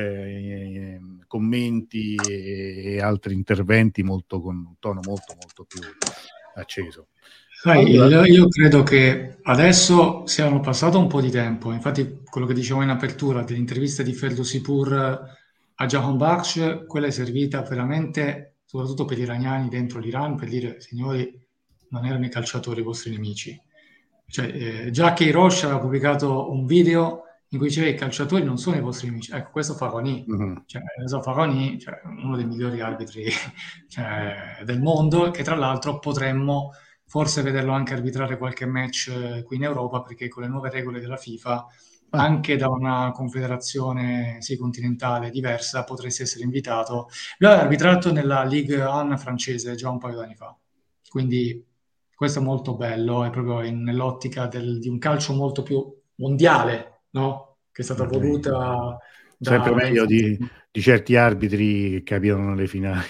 commenti e altri interventi con un tono molto molto più acceso. Sai, Allora, io credo che adesso siamo passato un po' di tempo, infatti quello che dicevo in apertura dell'intervista di Ferdousipur a Jahanbakhsh, quella è servita veramente, soprattutto per gli iraniani dentro l'Iran, per dire, signori, non erano i calciatori i vostri nemici. Cioè, già che Hirosh aveva pubblicato un video in cui diceva i calciatori non sono i vostri nemici. Ecco, questo Faroni, mhm, cioè, Enzo Faroni, cioè, uno dei migliori arbitri cioè, del mondo, che tra l'altro potremmo forse vederlo anche arbitrare qualche match qui in Europa, perché con le nuove regole della FIFA, ah, anche da una confederazione sì, continentale diversa, potresti essere invitato. Lui aveva arbitrato nella Ligue 1 francese già un paio d'anni fa, quindi questo è molto bello, è proprio nell'ottica di un calcio molto più mondiale, no? Che è stata ok. voluta Sempre da meglio Infantino. di certi arbitri che capivano le finali.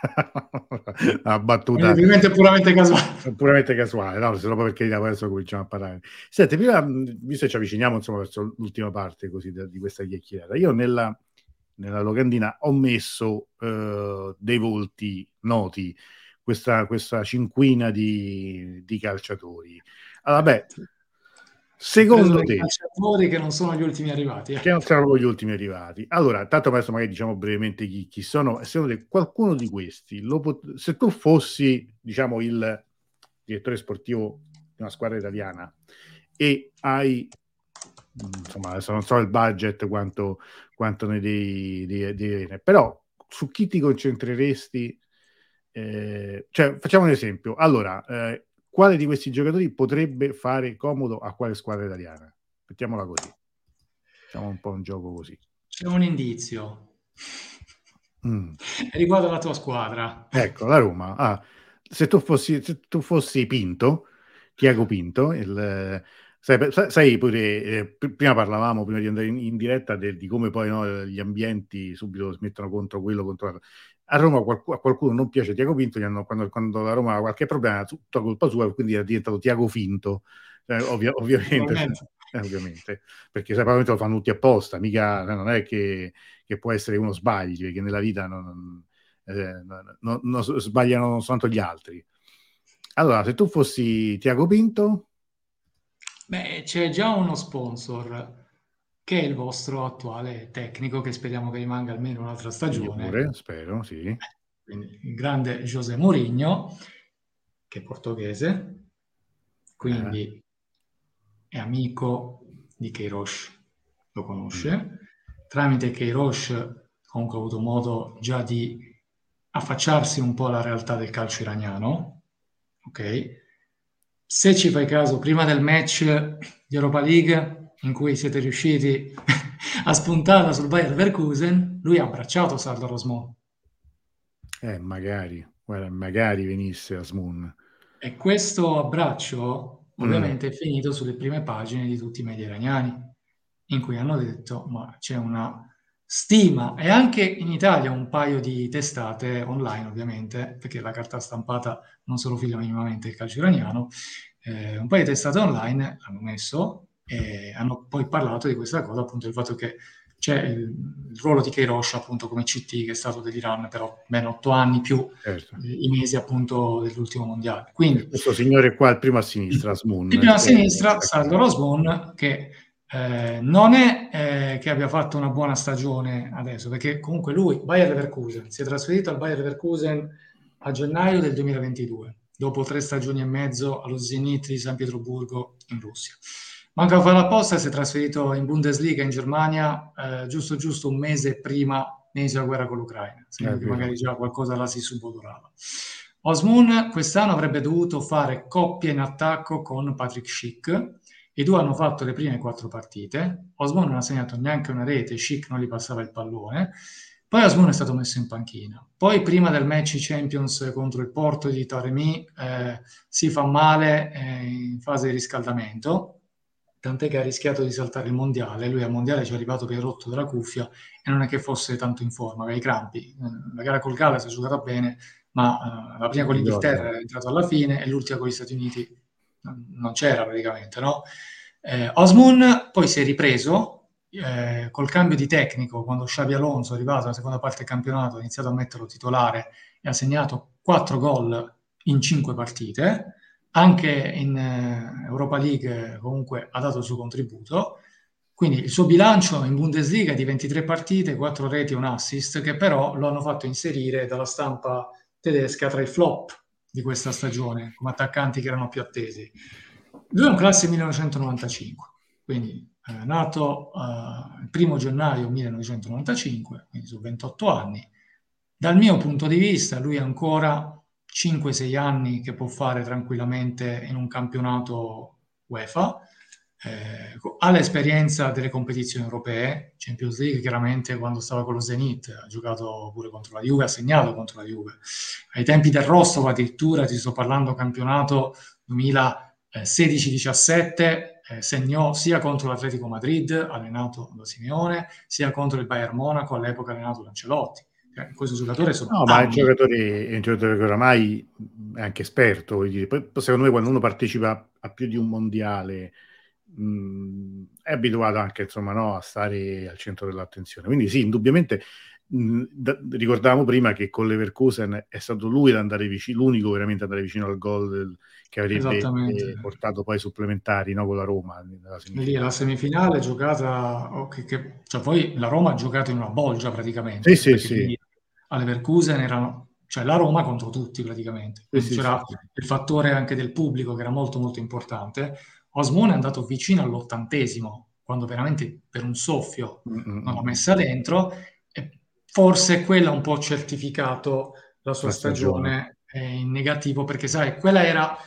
La battuta Probabilmente puramente casuale. è puramente casuale, no? Se no poi per carità, poi adesso cominciamo a parlare. Senti, prima, visto che ci avviciniamo insomma verso l'ultima parte così di questa chiacchierata, io nella locandina ho messo dei volti noti, questa cinquina di calciatori. Allora, beh, Hai preso secondo dei te, calciatori che non sono gli ultimi arrivati. che non siano proprio gli ultimi arrivati. Allora, tanto adesso magari diciamo brevemente chi sono, e secondo te qualcuno di questi, se tu fossi, diciamo, il direttore sportivo di una squadra italiana e hai, insomma, adesso non so il budget quanto ne devi avere, però su chi ti concentreresti? Cioè, facciamo un esempio. Allora, quale di questi giocatori potrebbe fare comodo a quale squadra italiana? Mettiamola così. Facciamo un po' un gioco così. C'è un indizio. Mm. Riguarda la tua squadra. Ecco, la Roma. Ah, se tu fossi Pinto, Tiago Pinto, sai pure, prima parlavamo, prima di andare in diretta, di come poi no, gli ambienti subito si mettono contro quello, contro l'altro. A Roma a qualcuno non piace Tiago Pinto, quando la Roma ha qualche problema, tutta colpa sua, quindi è diventato Tiago Finto. Ovviamente, Naturalmente. ovviamente, perché sai, probabilmente lo fanno tutti apposta, mica non è che può essere uno sbagli, perché nella vita non sbagliano soltanto gli altri. Allora, se tu fossi Tiago Pinto, Beh, c'è già uno sponsor che è il vostro attuale tecnico, che speriamo che rimanga almeno un'altra io stagione. pure, spero, sì. Quindi il grande José Mourinho, che è portoghese, Eh, quindi è amico di Queiroz, lo mm, conosce. Tramite Queiroz comunque ha avuto modo già di affacciarsi un po' alla realtà del calcio iraniano, ok? Se ci fai caso, prima del match di Europa League, in cui siete riusciti a spuntarla sul Bayer Leverkusen, lui ha abbracciato Sardar Rosmon. magari, guarda, magari venisse Asmun. E questo abbraccio Mm, ovviamente è finito sulle prime pagine di tutti i media iraniani, in cui hanno detto ma c'è una stima, e anche in Italia un paio di testate online ovviamente, perché la carta stampata non se lo fila minimamente il calcio iraniano, un paio di testate online hanno messo e hanno poi parlato di questa cosa, appunto del fatto che c'è il ruolo di Queiroz appunto come CT, che è stato dell'Iran per ben 8 anni più certo. i mesi appunto dell'ultimo mondiale. E Quindi questo signore qua, il primo a sinistra, di Asmun, prima a che è sinistra Sardar distaccato. Osman, che non è che abbia fatto una buona stagione adesso, perché comunque lui, Bayer Leverkusen, si è trasferito al Bayer Leverkusen a gennaio del 2022, dopo 3 stagioni e mezzo allo Zenit di San Pietroburgo in Russia. Manca a fare apposta, si è trasferito in Bundesliga in Germania giusto giusto un mese prima inizio la guerra con l'Ucraina, È segno che vero. magari già qualcosa la si subodorava. Osmoon quest'anno avrebbe dovuto fare coppia in attacco con Patrick Schick. I due hanno fatto le prime 4 partite. Osmoon non ha segnato neanche una rete, Schick non gli passava il pallone. Poi Osmoon è stato messo in panchina. Poi, prima del match Champions contro il Porto di Taremi, si fa male in fase di riscaldamento, tant'è che ha rischiato di saltare il mondiale. Lui al mondiale ci è arrivato per rotto della cuffia e non è che fosse tanto in forma, aveva i crampi. La gara col Galles è giocata bene, ma la prima con Ricordo. l'Inghilterra è entrato alla fine e l'ultima con gli Stati Uniti non c'era praticamente, no? Osmoon poi si è ripreso col cambio di tecnico, quando Xabi Alonso è arrivato alla seconda parte del campionato, ha iniziato a metterlo titolare e ha segnato 4 gol in 5 partite, anche in Europa League comunque ha dato il suo contributo. Quindi il suo bilancio in Bundesliga è di 23 partite, 4 reti e un assist, che però lo hanno fatto inserire dalla stampa tedesca tra i flop di questa stagione, come attaccanti che erano più attesi. Lui è un classe 1995, quindi nato il 1° gennaio 1995, quindi su 28 anni. Dal mio punto di vista, lui ha ancora 5-6 anni che può fare tranquillamente in un campionato UEFA. Ha l'esperienza delle competizioni europee, Champions League chiaramente quando stava con lo Zenit, ha giocato pure contro la Juve, ha segnato contro la Juve. Ai tempi del Rostov addirittura, ti sto parlando campionato 2016-17, segnò sia contro l'Atletico Madrid, allenato da Simeone, sia contro il Bayern Monaco, all'epoca allenato da Ancelotti. Questo giocatore sono No, ma anni. è un giocatore che oramai è anche esperto, voglio dire. Poi, secondo me, quando uno partecipa a più di un mondiale, è abituato anche, insomma, no, a stare al centro dell'attenzione. Quindi sì, indubbiamente, ricordavamo prima che con Leverkusen è stato lui ad andare vicino, l'unico veramente ad andare vicino al gol che avrebbe portato poi ai supplementari, no, con la Roma nella Lì è la semifinale giocata, cioè poi la Roma ha giocato in una bolgia praticamente, sì, perché sì. lì a Leverkusen erano, cioè la Roma contro tutti praticamente. Sì, C'era sì. il fattore anche del pubblico che era molto molto importante. Osmone è andato vicino all'80°, quando veramente per un soffio non l'ha messa dentro, e forse quella ha un po' certificato la sua La stagione. stagione in negativo, perché sai, quella era...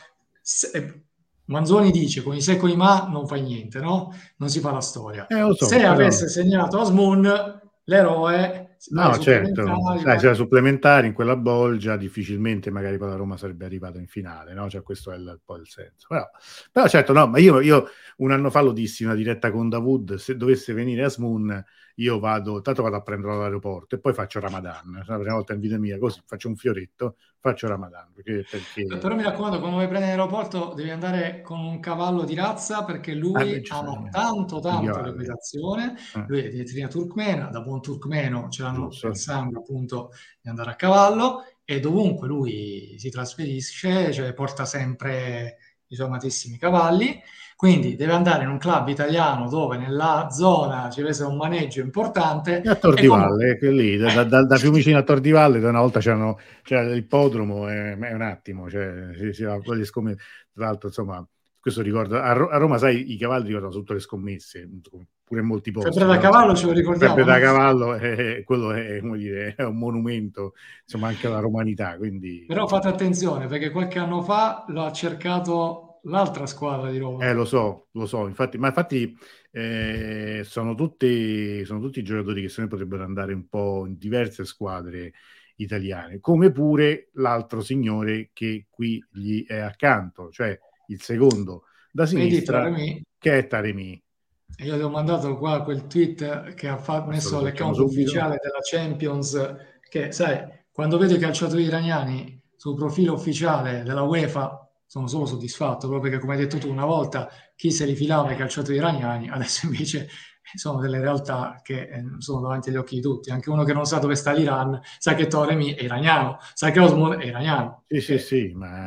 Manzoni dice con i secoli ma non fai niente, no? Non si fa la storia. Lo so, Se però... avesse segnato Osmoon, l'eroe va ai No, certo, supplementari, sai, c'era supplementari in quella bolgia, difficilmente magari poi la Roma sarebbe arrivata in finale, no? Cioè, questo è poi il senso. Però certo, no, ma io un anno fa lo dissi in una diretta con Dawood, se dovesse venire Asmoon, io tanto vado a prenderlo all'aeroporto e poi faccio Ramadan, la prima volta in vita mia, così faccio un fioretto, faccio Ramadan, perché... Però mi raccomando, quando vai a prendere l'aeroporto devi andare con un cavallo di razza perché lui ama tanto l'equitazione, lui è di etnia turkmena, da buon turkmeno ce l'hanno nel sangue appunto di andare a cavallo e dovunque lui si trasferisce, cioè porta sempre i suoi amatissimi cavalli, quindi deve andare in un club italiano dove nella zona ci deve un maneggio importante. E a Tor di Valle, che lì, da Fiumicino a Tor di Valle, una volta c'era l'ippodromo, è un attimo, cioè, si va con le scommesse. Tra l'altro, insomma, questo ricorda, a Roma, sai, i cavalli ricordano tutte le scommesse, pure in molti posti. Febbre da cavallo ce lo ricordiamo. Febbre da cavallo, quello è, come dire, è un monumento, insomma, anche alla romanità, quindi... Però fate attenzione, perché qualche anno fa lo ha cercato l'altra squadra di Roma. Lo so, infatti sono tutti giocatori che se ne potrebbero andare un po' in diverse squadre italiane, come pure l'altro signore che qui gli è accanto, cioè il secondo da sinistra, che è Taremi. E io ti ho mandato qua quel tweet che ha messo l'account ufficiale della Champions, che sai, quando vedo i calciatori iraniani sul profilo ufficiale della UEFA sono solo soddisfatto, proprio perché come hai detto tu una volta chi se li filava i calciatori iraniani, adesso invece sono delle realtà che sono davanti agli occhi di tutti. Anche uno che non sa dove sta l'Iran sa che Toremi è iraniano, sa che Osman è iraniano. Sì, ma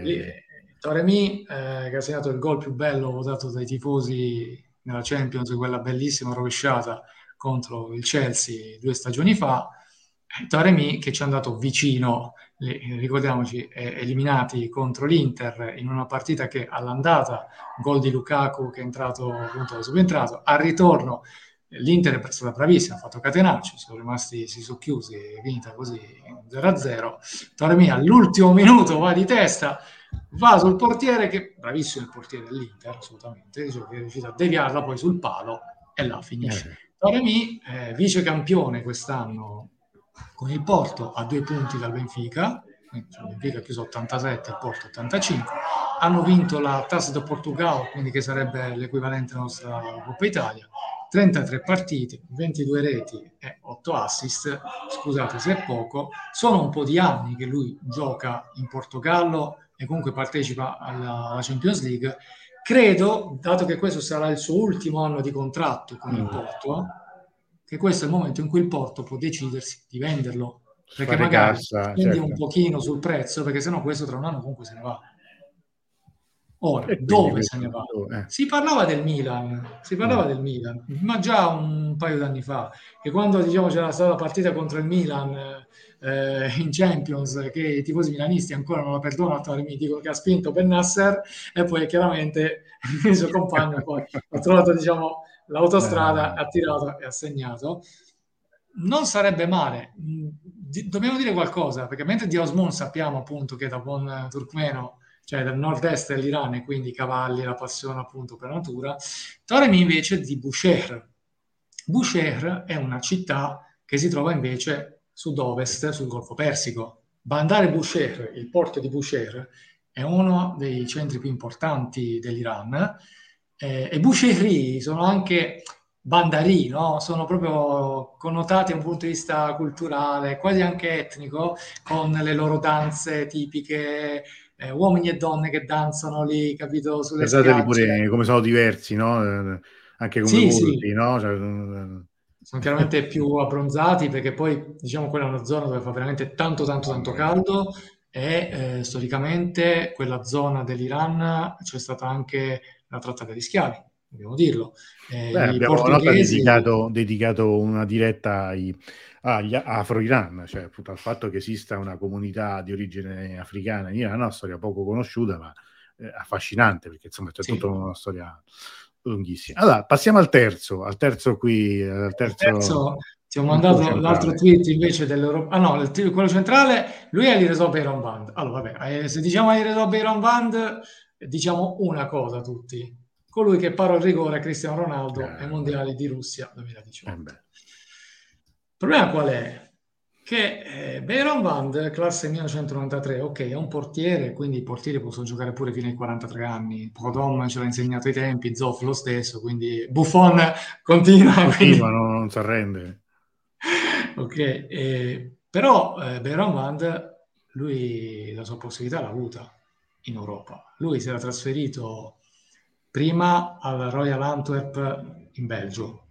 Toremi che ha segnato il gol più bello votato dai tifosi nella Champions, quella bellissima rovesciata contro il Chelsea 2 stagioni fa. Taremi che ci è andato vicino, ricordiamoci, eliminati contro l'Inter in una partita che all'andata, gol di Lukaku che è entrato, appunto, è subentrato, al ritorno l'Inter è stata bravissima, ha fatto catenaccio, si sono chiusi, è finita così 0-0. Taremi all'ultimo minuto va di testa, va sul portiere, che bravissimo il portiere dell'Inter, assolutamente, che è riuscito a deviarla poi sul palo e là finisce. Taremi, vice campione quest'anno con il Porto a 2 punti dal Benfica, il Benfica ha chiuso 87, il Porto 85, hanno vinto la Taça de Portugal, quindi che sarebbe l'equivalente alla nostra Coppa Italia, 33 partite, 22 reti e 8 assist, scusate se è poco, sono un po' di anni che lui gioca in Portogallo e comunque partecipa alla Champions League. Credo, dato che questo sarà il suo ultimo anno di contratto con il Porto, che questo è il momento in cui il Porto può decidersi di venderlo, perché Fare magari cassa, spendi un certo. pochino sul prezzo, perché sennò questo tra un anno comunque se ne va. Ora, E quindi dove se ne questo, va? Si parlava mm. del Milan, ma già un paio d'anni fa, che quando diciamo c'era stata la partita contro il Milan in Champions, che i tifosi milanisti ancora non la perdonano, mi dicono che ha spinto Ben Nasser e poi chiaramente il suo compagno poi ha trovato diciamo l'autostrada, ha tirato e ha segnato. Non sarebbe male. Dobbiamo dire qualcosa, perché mentre di Osman sappiamo appunto che da buon turkmeno, cioè dal nord-est dell'Iran, e quindi i cavalli, la passione appunto per la natura, Toremi invece di Bushehr. Bushehr è una città che si trova invece sud-ovest, sul Golfo Persico. Bandar Bushehr, il porto di Bushehr, è uno dei centri più importanti dell'Iran e Bushehr sono anche bandari, no? Sono proprio connotati da un punto di vista culturale, quasi anche etnico, con le loro danze tipiche, uomini e donne che danzano lì, capito, sulle Guardateli spiagge. pure come sono diversi, no? Anche come Sì, sì, volti, no? Cioè, sono chiaramente più abbronzati perché poi, diciamo, quella è una zona dove fa veramente tanto, tanto, tanto mamma mia. caldo e storicamente quella zona dell'Iran c'è stata anche la tratta di schiavi, dobbiamo dirlo. Beh, I abbiamo una volta portoghesi. dedicato una diretta agli Afro-Iran, cioè appunto al fatto che esista una comunità di origine africana in Iran, una storia poco conosciuta, ma affascinante, perché insomma c'è tutta Sì. una storia lunghissima. Allora, passiamo al terzo qui, al Il terzo terzo ti ho il tuo mandato l'altro centrale. tweet invece dell'Europa. Ah no, quello centrale, lui è l'Iresò Beiron Band. Allora, vabbè, se diciamo l'Iresò Beiron Band, diciamo una cosa tutti. Colui che parò il rigore a Cristiano Ronaldo ai Beh, mondiali di Russia 2018. beh. Il problema qual è? Che Beiron Band, classe 1993, ok, è un portiere, quindi i portieri possono giocare pure fino ai 43 anni. Podom ce l'ha insegnato ai tempi, Zoff lo stesso, quindi Buffon continua, Continua, quindi non si arrende. ok, però Beiran Vand, lui la sua possibilità l'ha avuta in Europa. Lui si era trasferito prima al Royal Antwerp in Belgio,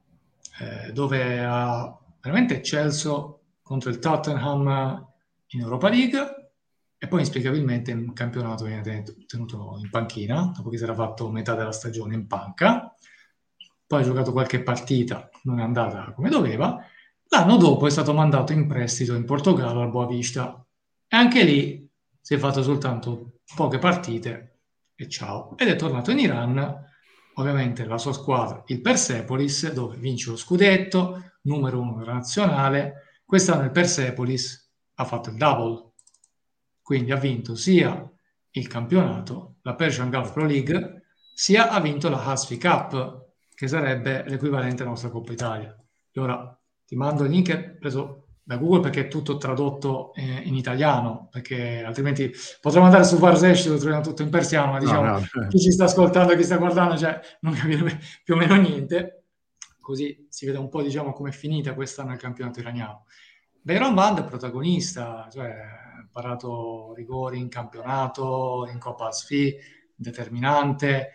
dove ha veramente eccelso contro il Tottenham in Europa League e poi inspiegabilmente in campionato viene tenuto in panchina, dopo che si era fatto metà della stagione in panca. Poi ha giocato qualche partita, non è andata come doveva. L'anno dopo è stato mandato in prestito in Portogallo al Boavista e anche lì si è fatto soltanto poche partite e ciao. Ed è tornato in Iran, ovviamente la sua squadra, il Persepolis, dove vince lo scudetto, numero uno della nazionale. Quest'anno il Persepolis ha fatto il double, quindi ha vinto sia il campionato, la Persian Gulf Pro League, sia ha vinto la Hasfi Cup, che sarebbe l'equivalente alla nostra Coppa Italia. E ora ti mando il link preso da Google perché è tutto tradotto in italiano, perché altrimenti potremmo andare su Varsesh dove troviamo tutto in persiano, ma No, diciamo no. chi ci sta ascoltando e chi sta guardando, cioè non capirebbe più o meno niente. Così si vede un po' diciamo come è finita quest'anno il campionato iraniano. Beiron Band è protagonista, cioè ha parato rigori in campionato, in Coppa Sfi, determinante,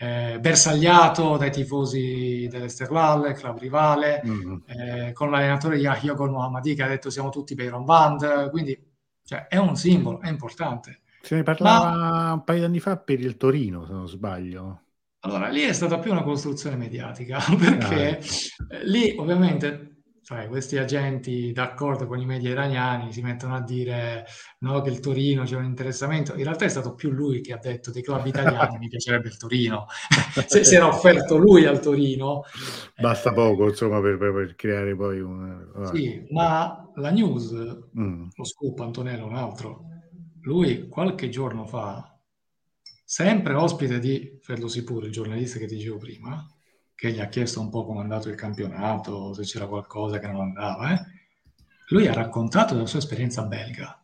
bersagliato dai tifosi dell'Esteghlal, club rivale, Mm. con l'allenatore Yahya Gol Mohammadi che ha detto siamo tutti Beiron Band, quindi cioè, è un simbolo, è importante. Se ne Ma parlava un paio di anni fa per il Torino, se non sbaglio. allora, lì è stata più una costruzione mediatica, Ah, perché ecco. lì ovviamente, sai, questi agenti d'accordo con i media iraniani si mettono a dire no, che il Torino c'è un interessamento. In realtà è stato più lui che ha detto dei club italiani mi piacerebbe il Torino. Se si era offerto lui al Torino, Basta poco, insomma, per creare poi un... vabbè. sì, ma la news, Mm. lo scoop Antonello, un altro, lui qualche giorno fa, sempre ospite di Ferdo Sipur, il giornalista che ti dicevo prima, che gli ha chiesto un po' come è andato il campionato, se c'era qualcosa che non andava, lui ha raccontato della sua esperienza belga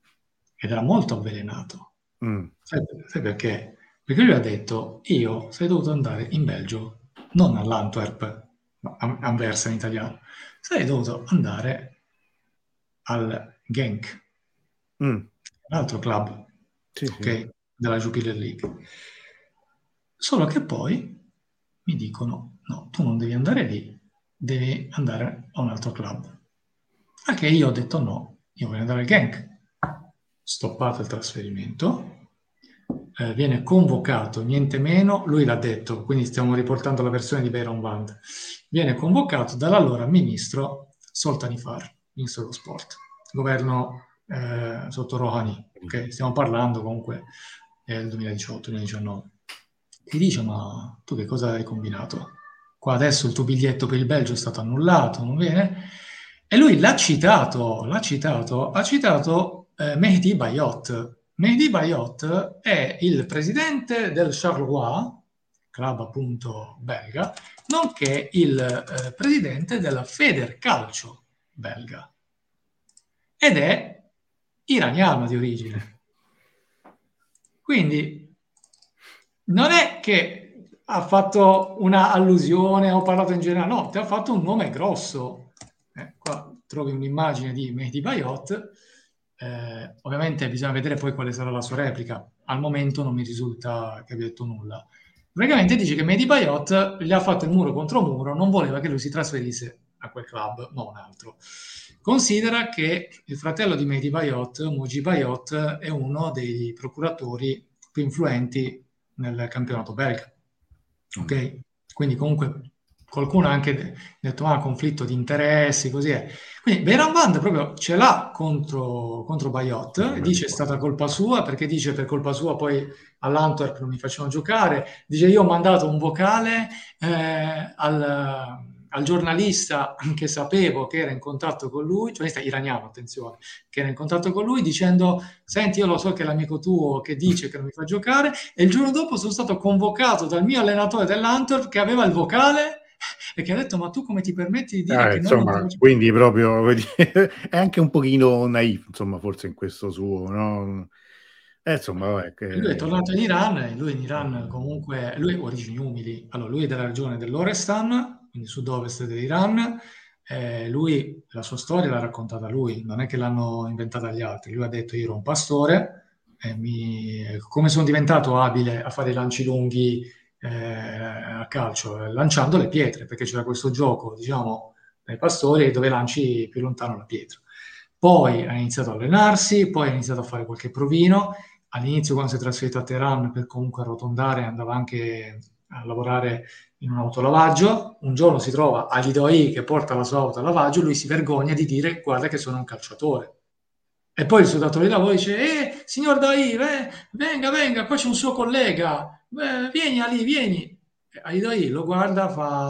ed era molto avvelenato. Mm. Sai perché? Perché lui ha detto, io sarei dovuto andare in Belgio, non all'Antwerp, ma a Anversa in italiano, sarei dovuto andare al Genk, Mm. un altro club. Sì, sì. ok? Della Jupiler League. Solo che poi mi dicono, no, tu non devi andare lì, devi andare a un altro club. A che io ho detto no, io voglio andare al Genk. Stoppato il trasferimento, viene convocato, niente meno, lui l'ha detto, quindi stiamo riportando la versione di Bayron Band, viene convocato dall'allora ministro Soltanifar, ministro dello sport, governo sotto Rouhani, ok? Stiamo parlando comunque del 2018-2019. Ti dice, ma tu che cosa hai combinato? Qua adesso il tuo biglietto per il Belgio è stato annullato, non viene? E lui ha citato Mehdi Bayot. Mehdi Bayot è il presidente del Charleroi, club appunto belga, nonché il presidente della Federcalcio belga. Ed è iraniano di origine. Quindi non è che ha fatto una allusione o parlato in generale, no, ti ha fatto un nome grosso. Qua trovi un'immagine di Mehdi Bayot, ovviamente bisogna vedere poi quale sarà la sua replica. Al momento non mi risulta che abbia detto nulla. Praticamente dice che Mehdi Bayot gli ha fatto il muro contro muro, non voleva che lui si trasferisse a quel club, ma un altro. Considera che il fratello di Mehdi Bayot, Moji Bayot, è uno dei procuratori più influenti nel campionato belga. Ok? Quindi comunque qualcuno ha anche detto conflitto di interessi, così è. Quindi Bayram Band proprio ce l'ha contro Bayot, dice è stata colpa sua, perché dice per colpa sua poi all'Antwerp non mi facevano giocare, dice io ho mandato un vocale al giornalista che sapevo che era in contatto con lui, giornalista iraniano, attenzione, che era in contatto con lui dicendo senti io lo so che è l'amico tuo che dice che non mi fa giocare e il giorno dopo sono stato convocato dal mio allenatore dell'Antwerp che aveva il vocale e che ha detto ma tu come ti permetti di dire che noi non ti Insomma, facciamo. quindi proprio è anche un pochino naif, insomma, forse in questo suo, no? Insomma, vabbè, E lui è tornato in Iran e lui in Iran comunque, lui ha origini umili, allora lui è della regione dell'Orestan, quindi sud-ovest dell'Iran, lui la sua storia l'ha raccontata lui, non è che l'hanno inventata gli altri, lui ha detto io ero un pastore, come sono diventato abile a fare i lanci lunghi a calcio, lanciando le pietre, perché c'era questo gioco, diciamo, dai pastori dove lanci più lontano la pietra. Poi ha iniziato a allenarsi, poi ha iniziato a fare qualche provino, all'inizio quando si è trasferito a Teheran per comunque arrotondare andava anche a lavorare in un autolavaggio, un giorno si trova Ali Doi che porta la sua auto al lavaggio, lui si vergogna di dire guarda che sono un calciatore. E poi il suo datore di lavoro dice signor Doi, venga, qua c'è un suo collega, vieni Ali, vieni. E Ali Doi lo guarda,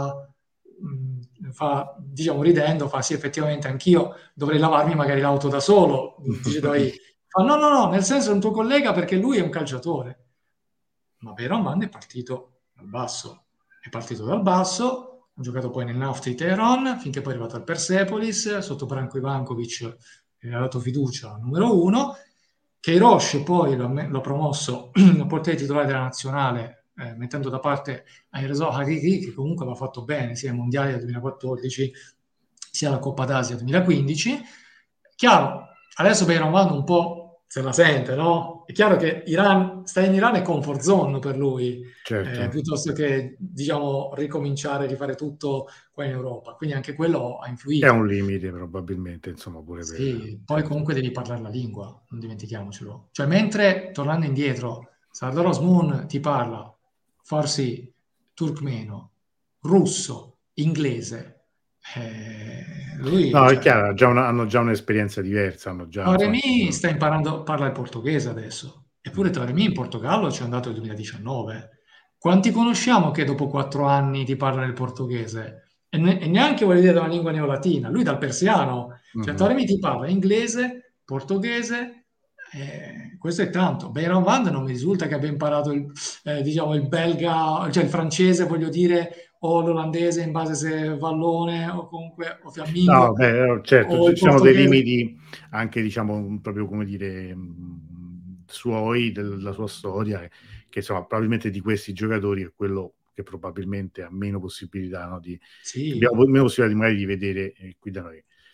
diciamo ridendo, fa sì effettivamente anch'io dovrei lavarmi magari l'auto da solo, dice Doi. Fa, no, nel senso è un tuo collega perché lui è un calciatore. Ma Veron è partito dal basso. È partito dal basso, ha giocato poi nel Naft di Teheran, finché poi è arrivato al Persepolis, sotto Branko Ivankovic gli ha dato fiducia numero uno. Queiroz poi l'ha promosso a portiere titolare della nazionale, mettendo da parte Airzo Hariri, che comunque aveva fatto bene sia ai mondiali del 2014 sia alla Coppa d'Asia 2015. Chiaro, adesso Beiranvand un po' se la sente, no? È chiaro che stare in Iran è comfort zone per lui, certo, piuttosto che, diciamo, ricominciare a rifare tutto qua in Europa. Quindi anche quello ha è un influito. limite probabilmente, insomma, pure per... Sì, poi Certo. comunque devi parlare la lingua, non dimentichiamocelo. Cioè, mentre, tornando indietro, Sardar Osman ti parla farsi turkmeno, russo, inglese, lui, No, è cioè, chiaro, hanno già un'esperienza diversa, hanno già, insomma... Taremi sta imparando, parla il portoghese adesso, eppure Taremi in Portogallo ci è andato nel 2019. Quanti conosciamo che dopo 4 anni ti parlano il portoghese? E neanche vuol dire da una lingua neolatina, lui dal persiano. Cioè Mhm. Taremi ti parla inglese, portoghese, questo è tanto. Bayram Van non mi risulta che abbia imparato diciamo, il belga, cioè il francese, voglio dire, o l'olandese in base se è vallone o comunque o No, fiammingo, beh, certo, o ci il sono dei portoghese. limiti anche, diciamo, proprio come dire, suoi, della sua storia, che insomma, probabilmente di questi giocatori è quello che probabilmente ha meno possibilità, no, che Sì, abbiamo meno possibilità di magari di vedere qui da noi.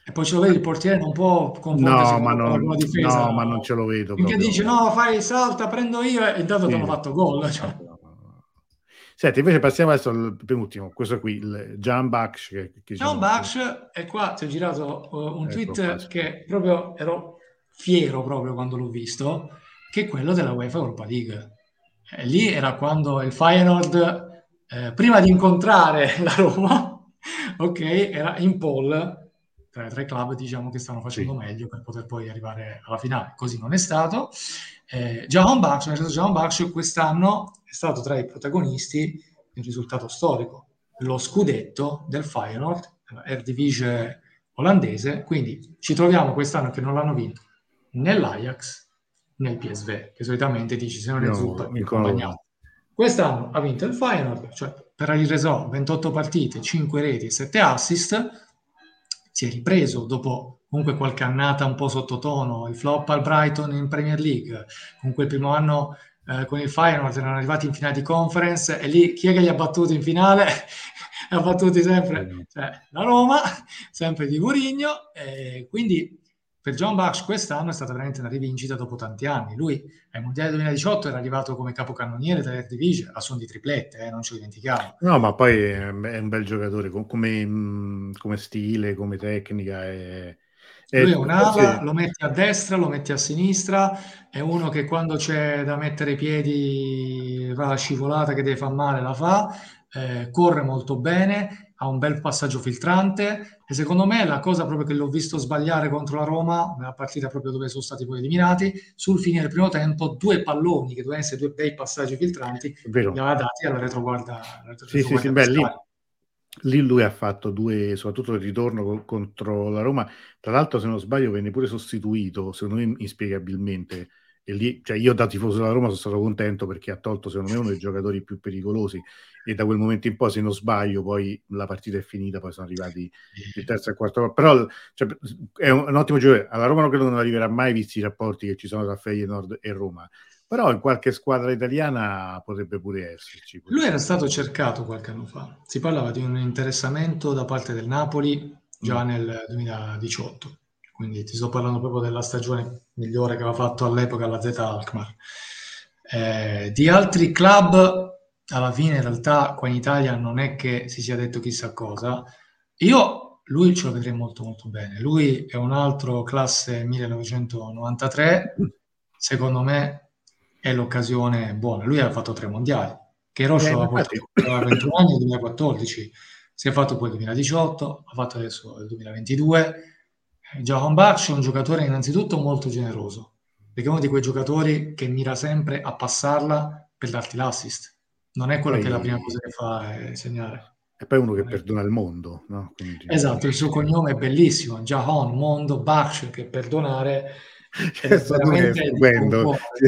E poi ce lo vedi, il portiere non può confondere No, ma con la non, difesa. no, ma non ce lo vedo Finché proprio. dice no, fai salta, prendo io, e intanto ti hanno Sì. fatto gol. No, Cioè. no, no, no. Senti, invece passiamo adesso al penultimo, questo qui, il Jan Baksh, che John diciamo, Bax, e qua ti ho girato un ecco qua, tweet sì. che proprio ero fiero proprio quando l'ho visto, che è quello della UEFA Europa League. E lì era quando il Feyenoord, prima di incontrare la Roma, ok, era in pole tra i tre club, diciamo, che stanno facendo Sì. meglio per poter poi arrivare alla finale. Così non è stato. John Bax, nel senso, John Bax quest'anno è stato tra i protagonisti di un risultato storico, lo scudetto del Feyenoord, Eredivisie olandese, quindi ci troviamo quest'anno che non l'hanno vinto né l'Ajax né il PSV, che solitamente dici se non è zuppa Vincono non loro. bagnato. Quest'anno ha vinto il Feyenoord, cioè per il resort 28 partite, 5 reti, 7 assist, si è ripreso dopo comunque qualche annata un po' sottotono, il flop al Brighton in Premier League, comunque il primo anno con il Feyenoord erano arrivati in finale di conference e lì chi è che li ha battuti in finale? Ha battuti sempre cioè, la Roma, sempre di Mourinho, e quindi per John Bach quest'anno è stata veramente una rivincita dopo tanti anni. Lui ai Mondiali 2018 era arrivato come capocannoniere dell'Eredivisie a suon di triplette, non ci dimentichiamo. No, ma poi è un bel giocatore, come, come stile, come tecnica. Lui è un'ala, Forse, lo metti a destra, lo metti a sinistra, è uno che quando c'è da mettere i piedi va la scivolata che deve far male, la fa, corre molto bene, ha un bel passaggio filtrante e secondo me la cosa proprio che l'ho visto sbagliare contro la Roma, nella partita proprio dove sono stati poi eliminati, sul fine del primo tempo, due palloni che dovevano essere due bei passaggi filtranti, è li vero. aveva dati alla Sì, sì, sì, retroguardia beh, avversaria. lì lui ha fatto due, soprattutto il ritorno contro la Roma. Tra l'altro, se non sbaglio, venne pure sostituito, secondo me inspiegabilmente. E lì, cioè io da tifoso della Roma sono stato contento perché ha tolto, secondo me, uno dei giocatori più pericolosi. E da quel momento in poi, se non sbaglio, poi la partita è finita, poi sono arrivati il terzo e il quarto. Però cioè, è un ottimo giocatore. Alla Roma non credo non arriverà mai, visti i rapporti che ci sono tra Feyenoord e Roma. Però in qualche squadra italiana potrebbe pure esserci. Lui Potrebbe era pure stato cercato qualche anno fa. Si parlava di un interessamento da parte del Napoli già Mm. nel 2018. Quindi ti sto parlando proprio della stagione migliore che aveva fatto all'epoca la Z Alkmaar. Di altri club, alla fine in realtà qua in Italia non è che si sia detto chissà cosa. Io lui ce lo vedrei molto molto bene. Lui è un altro classe 1993, secondo me è l'occasione buona. Lui ha fatto tre mondiali, che Roche Ma l'aveva infatti, portato a 21 anni nel 2014, si è fatto poi il 2018, ha fatto adesso il 2022. Johan Bach è un giocatore innanzitutto molto generoso, perché è uno di quei giocatori che mira sempre a passarla per darti l'assist. Non è quello che la prima cosa poi che fa è segnare. è poi uno che Non è- perdona il mondo, no? Quindi, Esatto, il suo cognome è bellissimo, Jahon Mondo Bach, che perdonare, ed è questo nome è veramente di buon stupendo, cuore.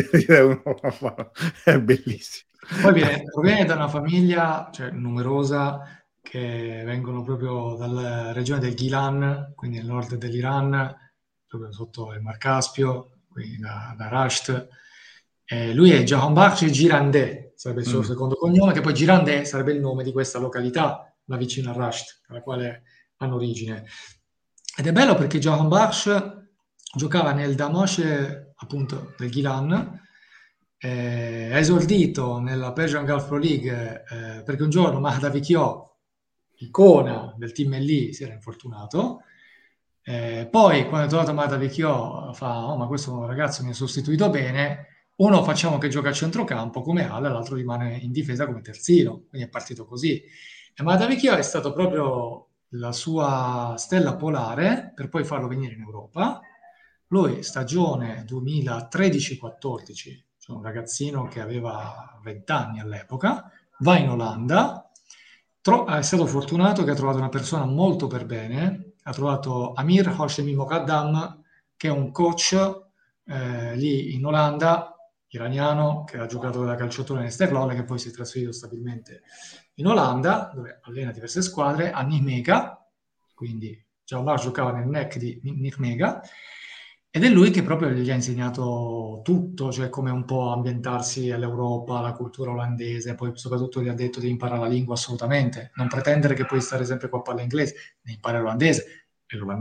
è bellissimo. Poi proviene da una famiglia, cioè, numerosa, che vengono proprio dalla regione del Ghilan, quindi nel nord dell'Iran, proprio sotto il Mar Caspio, quindi da Rasht. Lui è Jahanbakhsh Girandé, sarebbe il suo Mm. secondo cognome, che poi Girandé sarebbe il nome di questa località, là vicino a Rasht, alla quale hanno origine. Ed è bello perché Jahanbakhsh giocava nel Damosh, appunto, del Ghilan, ha esordito nella Persian Gulf Pro League perché un giorno Mahda Vichiò, icona del team lì, si era infortunato. Poi, quando è tornato Mahda Vichiò, fa: Oh, ma questo ragazzo mi ha sostituito bene. Uno facciamo che gioca a centrocampo come ala, l'altro rimane in difesa come terzino. Quindi è partito così. E Mahda Vichiò è stato proprio la sua stella polare per poi farlo venire in Europa. Lui, stagione 2013-14, cioè un ragazzino che aveva 20 anni all'epoca, va in Olanda, è stato fortunato che ha trovato una persona molto per bene, ha trovato Amir Hashemi Mokaddam, che è un coach lì in Olanda, iraniano, che ha giocato da calciatore nell'Esterlole, che poi si è trasferito stabilmente in Olanda, dove allena diverse squadre, a Nijmegen, quindi Giaomar giocava nel NEC di Nijmegen, ed è lui che proprio gli ha insegnato tutto, cioè come un po' ambientarsi all'Europa, alla cultura olandese, poi soprattutto gli ha detto di imparare la lingua assolutamente, non pretendere che puoi stare sempre qua a parlare inglese, ne impara l'olandese, e l'olandese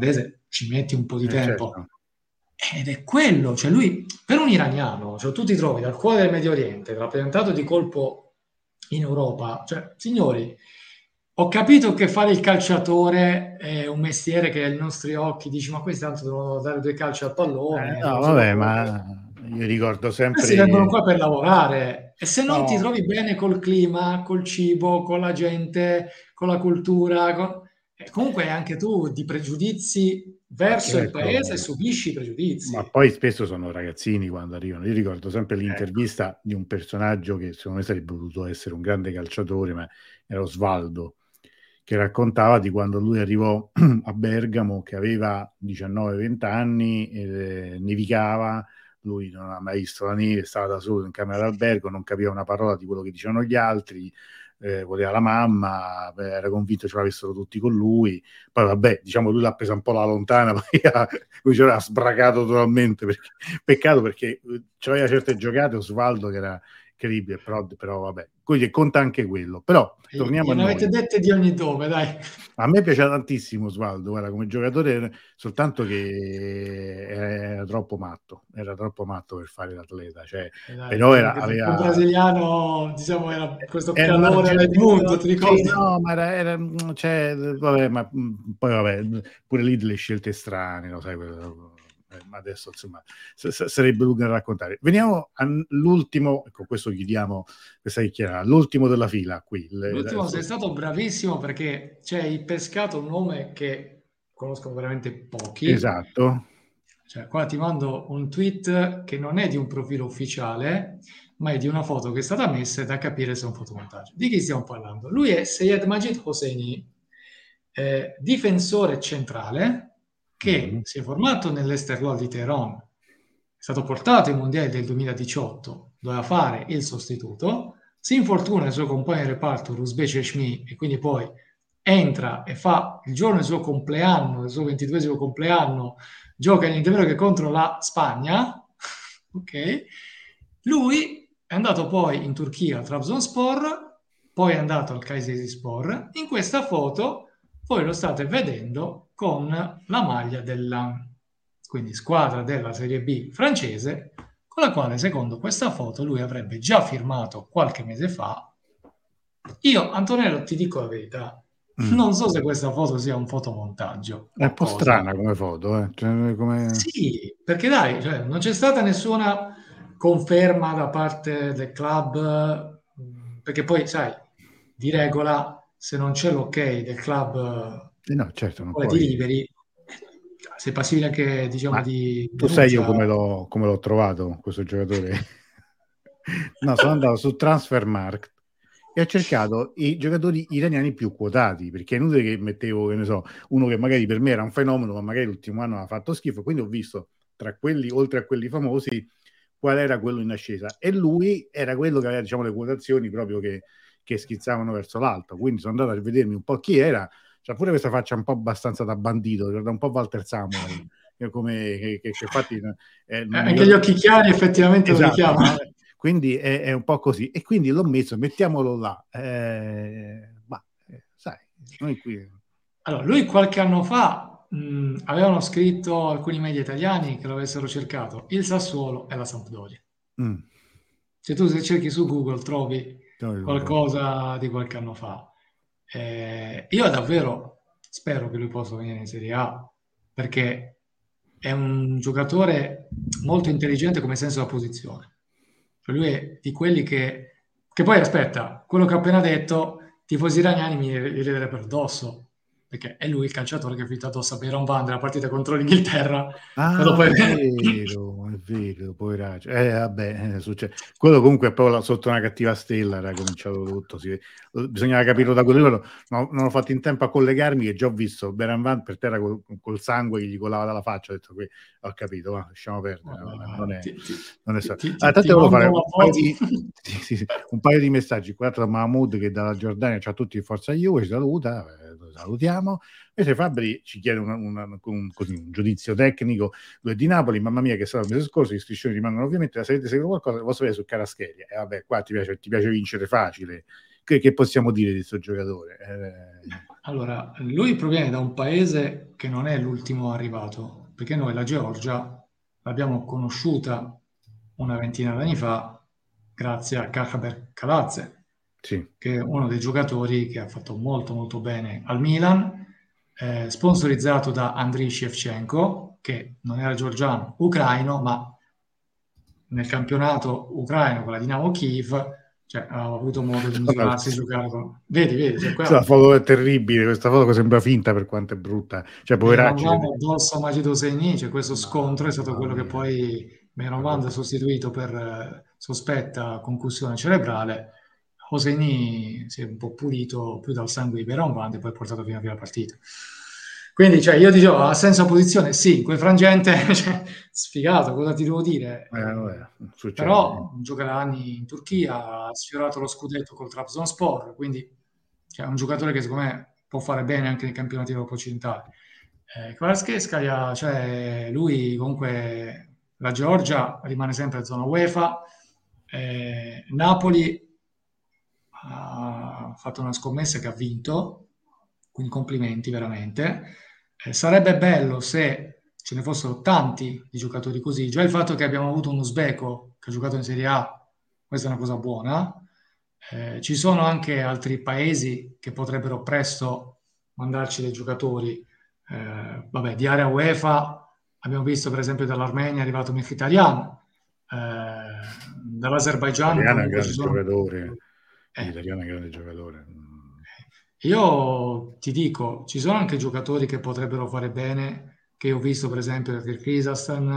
ci metti un po' di tempo. certo. Ed è quello, cioè lui, per un iraniano, cioè tu ti trovi dal cuore del Medio Oriente, rappresentato di colpo in Europa, cioè, signori, ho capito che fare il calciatore è un mestiere che ai nostri occhi dici, ma questi tanto devono dare due calci al pallone, No, non so vabbè, cosa. ma io ricordo Questi vengono sempre... qua per lavorare e se non ti No, trovi bene col clima, col cibo, con la gente, con la cultura, comunque anche tu di pregiudizi ma verso il paese certo, subisci i ma pregiudizi. poi spesso sono ragazzini quando arrivano. Io ricordo sempre Ecco. l'intervista di un personaggio che secondo me sarebbe potuto essere un grande calciatore, ma era Osvaldo, che raccontava di quando lui arrivò a Bergamo, che aveva 19-20 anni, nevicava, lui non ha mai visto la neve, stava da solo in camera d'albergo, non capiva una parola di quello che dicevano gli altri, voleva la mamma, era convinto ce l'avessero tutti con lui. Poi vabbè, diciamo lui l'ha presa un po' alla lontana, poi lui ci aveva sbragato totalmente, perché, peccato perché c'aveva certe giocate Osvaldo che era incredibile, però vabbè, quindi conta anche quello. Però torniamo a Gliene avete noi. dette di ogni dove, dai. A me piaceva tantissimo Osvaldo, guarda, come giocatore, soltanto che era troppo matto per fare l'atleta, cioè, Dai, però diciamo era, che un aveva... brasiliano, diciamo, era questo Era un calore all'Edmundo, argentino, ti sì, ricordi? no, ma cioè, vabbè, ma poi vabbè, pure lì delle scelte strane, lo sai, ma adesso insomma sarebbe lungo da raccontare. Veniamo all'ultimo, con questo chiudiamo questa chiacchierata, l'ultimo della fila qui. L'ultimo sei stato bravissimo perché c'è hai pescato un nome che conoscono veramente pochi. Esatto. Cioè, qua ti mando un tweet che non è di un profilo ufficiale, ma è di una foto che è stata messa e da capire se è un fotomontaggio. Di chi stiamo parlando? Lui è Seyed Majid Hosseini, difensore centrale che Mm. si è formato nell'Esterlol di Teheran, è stato portato ai mondiali del 2018, doveva fare il sostituto, si infortuna il suo compagno di reparto Rusbeh Cheshmi e quindi poi entra e fa il giorno del suo compleanno, il suo 22esimo compleanno, gioca niente meno che contro la Spagna, ok? Lui è andato poi in Turchia al Trabzonspor, poi è andato al Kayserispor. In questa foto voi lo state vedendo con la maglia della quindi squadra della Serie B francese, con la quale secondo questa foto lui avrebbe già firmato qualche mese fa. Io, Antonello, ti dico la verità, Mm. non so se questa foto sia un fotomontaggio È un o po' cosa. strana come foto, cioè, come... Sì, perché dai, cioè, non c'è stata nessuna conferma da parte del club, perché poi, sai, di regola, se non c'è l'ok del club No, certo, non poi di puoi... liberi, sei passibile anche, diciamo, Ma di tu sai io denuncia. come l'ho trovato questo giocatore? No, sono andato su Transfermarkt e ho cercato i giocatori iraniani più quotati, perché è inutile che mettevo, che ne so, uno che magari per me era un fenomeno, ma magari l'ultimo anno ha fatto schifo, quindi ho visto tra quelli, oltre a quelli famosi, qual era quello in ascesa. E lui era quello che aveva, diciamo, le quotazioni proprio che schizzavano verso l'alto. Quindi sono andato a vedermi un po' chi era. C'ha pure questa faccia un po' abbastanza da bandito, ricorda un po' Walter Samuel, che infatti non mi Anche gli ricordo. occhi chiari effettivamente lo Esatto, richiamano. no? Quindi è un po' così. E quindi l'ho messo, mettiamolo là. Ma sai, noi qui... Allora, lui qualche anno fa avevano scritto alcuni media italiani che lo avessero cercato, il Sassuolo e la Sampdoria. Mm, Se tu se cerchi su Google trovi dove lo trovo? qualcosa di qualche anno fa. Io davvero spero che lui possa venire in Serie A perché è un giocatore molto intelligente come senso della posizione. Cioè lui è di quelli che poi aspetta, quello che ho appena detto, tifosi iraniani mi riderebbero addosso perché è lui il calciatore che è finito addosso a Bayron Van della partita contro l'Inghilterra quando Ah, poi è vero, poveraccio. Vabbè, succede. Quello comunque è proprio sotto una cattiva stella era cominciato tutto. Bisognava capirlo da quello. Non ho fatto in tempo a collegarmi che già ho visto Beran Van per terra col sangue che gli colava dalla faccia. Ho detto, ho capito, va, lasciamo perdere. Non è stato. ti Tanto volevo mando fare una un paio foto. di, sì, un paio di messaggi. Qua tra Mahmood che dalla Giordania c'ha tutti in forza Juve, ci saluta, lo salutiamo. Invece Fabri ci chiede così, un giudizio tecnico. Lui è di Napoli, mamma mia che è stato il mese scorso, le istruzioni rimangono ovviamente, la se avete seguito qualcosa, lo sapete su Kvaratskhelia. E vabbè, qua ti piace vincere facile. Che possiamo dire di questo giocatore? Allora, lui proviene da un paese che non è l'ultimo arrivato, perché noi la Georgia l'abbiamo conosciuta una ventina d'anni fa grazie a Kacper Kaladze, Sì. che è uno dei giocatori che ha fatto molto molto bene al Milan, sponsorizzato da Andriy Shevchenko, che non era georgiano, ucraino, ma nel campionato ucraino con la Dinamo Kiev, cioè, ha avuto modo di misurarsi e giocare con... Vedi, cioè, Questa qua foto è terribile, questa foto che sembra finta per quanto è brutta. Cioè, poveracci. Mehran addosso a Magid Hosseini, cioè questo scontro è stato Mamma quello che mia. poi Mehran Guarda, è sostituito per sospetta concussione cerebrale. Hosseini si è un po' pulito più dal sangue di Mehran e poi portato fino alla partita. Quindi, cioè, io dicevo, ha senso la posizione? Sì, in quel frangente, cioè, sfigato, cosa ti devo dire? vabbè, succede. Però gioca da anni in Turchia, ha sfiorato lo scudetto col Trabzonspor, quindi cioè, è un giocatore che secondo me può fare bene anche nei campionati europei occidentali. Kvaratskhelia, cioè lui comunque la Georgia rimane sempre zona UEFA, Napoli ha fatto una scommessa che ha vinto, quindi complimenti veramente. Sarebbe bello se ce ne fossero tanti di giocatori così. Già il fatto che abbiamo avuto un uzbeko che ha giocato in Serie A, questa è una cosa buona. Ci sono anche altri paesi che potrebbero presto mandarci dei giocatori. Vabbè, di area UEFA abbiamo visto per esempio dall'Armenia è arrivato Mkhitaryan, dall'Azerbaigian L'italiano è un comunque ci grande sono... giocatore. eh, L'italiano è un grande giocatore. io ti dico, ci sono anche giocatori che potrebbero fare bene, che ho visto per esempio nel Kirghizistan,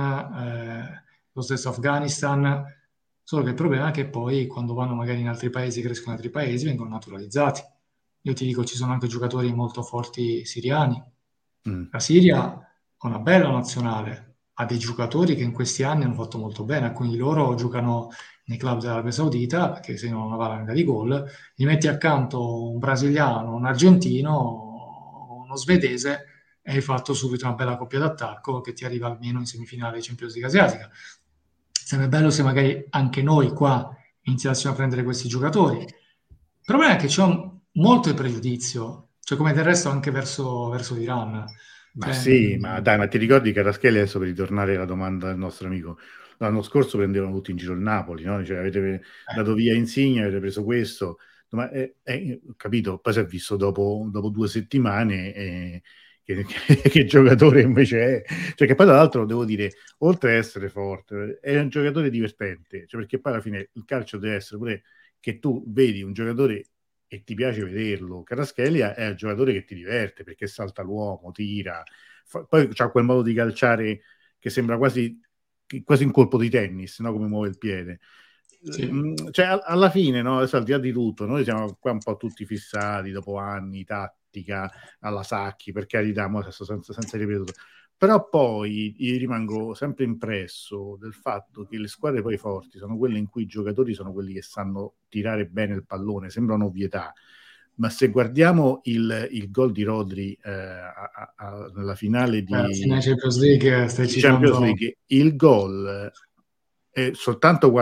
lo stesso Afghanistan, solo che il problema è che poi quando vanno magari in altri paesi, crescono in altri paesi, vengono naturalizzati. Io ti dico, ci sono anche giocatori molto forti siriani. Mm. La Siria ha una bella nazionale, ha dei giocatori che in questi anni hanno fatto molto bene, alcuni di loro giocano nei club dell'Arabia Saudita, perché se no una valanga di gol, gli metti accanto un brasiliano, un argentino, uno svedese e hai fatto subito una bella coppia d'attacco che ti arriva almeno in semifinale di Champions League asiatica. Sarebbe bello se magari anche noi qua iniziassimo a prendere questi giocatori. Il problema è che c'è molto il pregiudizio, cioè come del resto anche verso l'Iran. Ma Cioè, sì, ma dai, ma ti ricordi Kvaratskhelia, adesso per ritornare alla domanda del nostro amico, l'anno scorso prendevano tutti in giro il Napoli, no? Cioè, avete dato via Insigne, avete preso questo, ma capito, poi si è visto dopo 2 settimane che giocatore invece è, cioè che poi tra l'altro devo dire, oltre ad essere forte, è un giocatore divertente, cioè perché poi alla fine il calcio deve essere pure che tu vedi un giocatore e ti piace vederlo. Kvaratskhelia è un giocatore che ti diverte perché salta l'uomo, tira, poi c'ha quel modo di calciare che sembra quasi un colpo di tennis, no? Come muove il piede. sì. Cioè, alla fine, no? Adesso, al di là di tutto, noi siamo qua un po' tutti fissati dopo anni, tattica, alla Sacchi, per carità, adesso senza ripetuto. Però poi io rimango sempre impresso del fatto che le squadre poi forti sono quelle in cui i giocatori sono quelli che sanno tirare bene il pallone, sembra un'ovvietà, ma se guardiamo il gol di Rodri nella finale La finale Champions League stai di Champions citando... League, il gol soltanto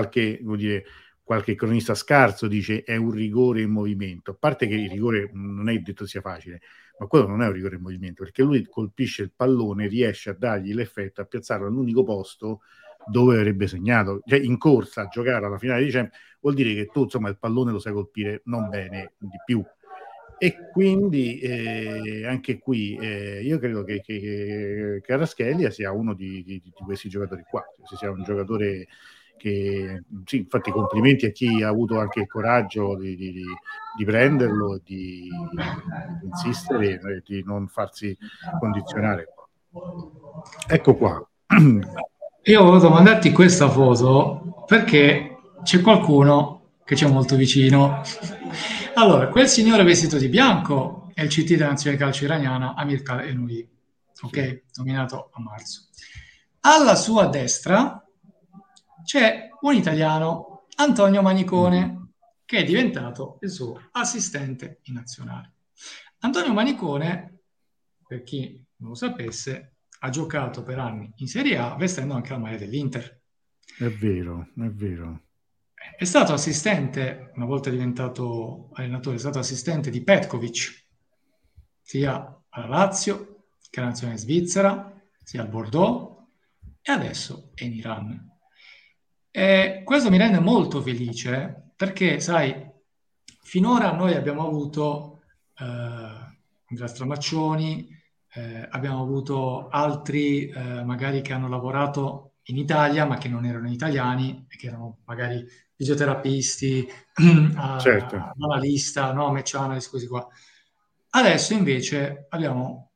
qualche cronista scarso dice è un rigore in movimento, a parte che il rigore non è detto sia facile, ma quello non è un rigore in movimento, perché lui colpisce il pallone, riesce a dargli l'effetto, a piazzarlo all'unico posto dove avrebbe segnato, cioè in corsa a giocare alla finale di Champions, vuol dire che tu insomma il pallone lo sai colpire non bene di più, e quindi anche qui io credo che Kvaratskhelia sia uno di questi giocatori qua, se sia un giocatore che sì, infatti complimenti a chi ha avuto anche il coraggio di prenderlo e di insistere e di non farsi condizionare. Ecco qua. Io volevo mandarti questa foto perché c'è qualcuno che c'è molto vicino. Allora, quel signore vestito di bianco è il CT della nazionale calcio iraniana Amir Enoui, Sì. ok? Nominato a marzo. Alla sua destra c'è un italiano, Antonio Mm. Manicone, che è diventato il suo assistente in nazionale. Antonio Manicone, per chi non lo sapesse, ha giocato per anni in Serie A vestendo anche la maglia dell'Inter. È vero, è vero. È stato assistente, una volta diventato allenatore, è stato assistente di Petkovic, sia alla Lazio che alla nazionale svizzera, sia al Bordeaux e adesso è in Iran. E questo mi rende molto felice perché, sai, finora noi abbiamo avuto Andrea Stramaccioni, abbiamo avuto altri magari che hanno lavorato in Italia ma che non erano italiani e che erano magari fisioterapisti, Certo. analista, no, match analyst, così qua. Adesso invece abbiamo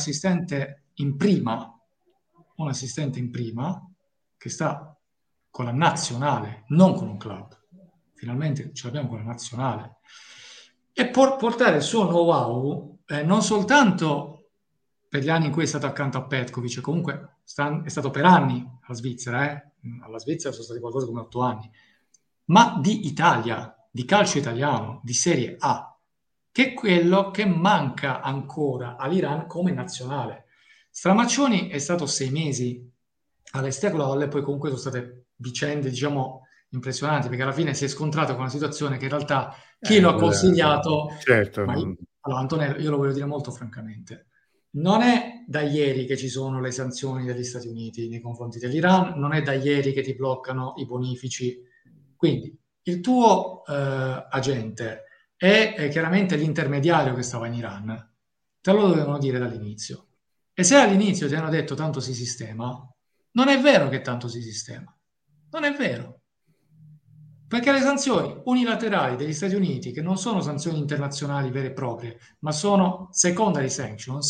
un assistente in prima che sta con la nazionale, non con un club. Finalmente ce l'abbiamo con la nazionale. E portare il suo know-how non soltanto per gli anni in cui è stato accanto a Petkovic, comunque è stato per anni alla Svizzera, alla Svizzera sono stati qualcosa come 8 anni, ma di Italia, di calcio italiano, di Serie A, che è quello che manca ancora all'Iran come nazionale. Stramaccioni è stato 6 mesi all'Esteglol e poi comunque sono state vicende, diciamo, impressionanti, perché alla fine si è scontrato con una situazione che in realtà chi lo ha consigliato, certo. ma allora, Antonello, io lo voglio dire molto francamente, non è da ieri che ci sono le sanzioni degli Stati Uniti nei confronti dell'Iran, non è da ieri che ti bloccano i bonifici. Quindi il tuo agente è chiaramente l'intermediario che stava in Iran, te lo dovevano dire dall'inizio. E se all'inizio ti hanno detto tanto si sistema, non è vero che tanto si sistema. Non è vero. Perché le sanzioni unilaterali degli Stati Uniti, che non sono sanzioni internazionali vere e proprie, ma sono secondary sanctions,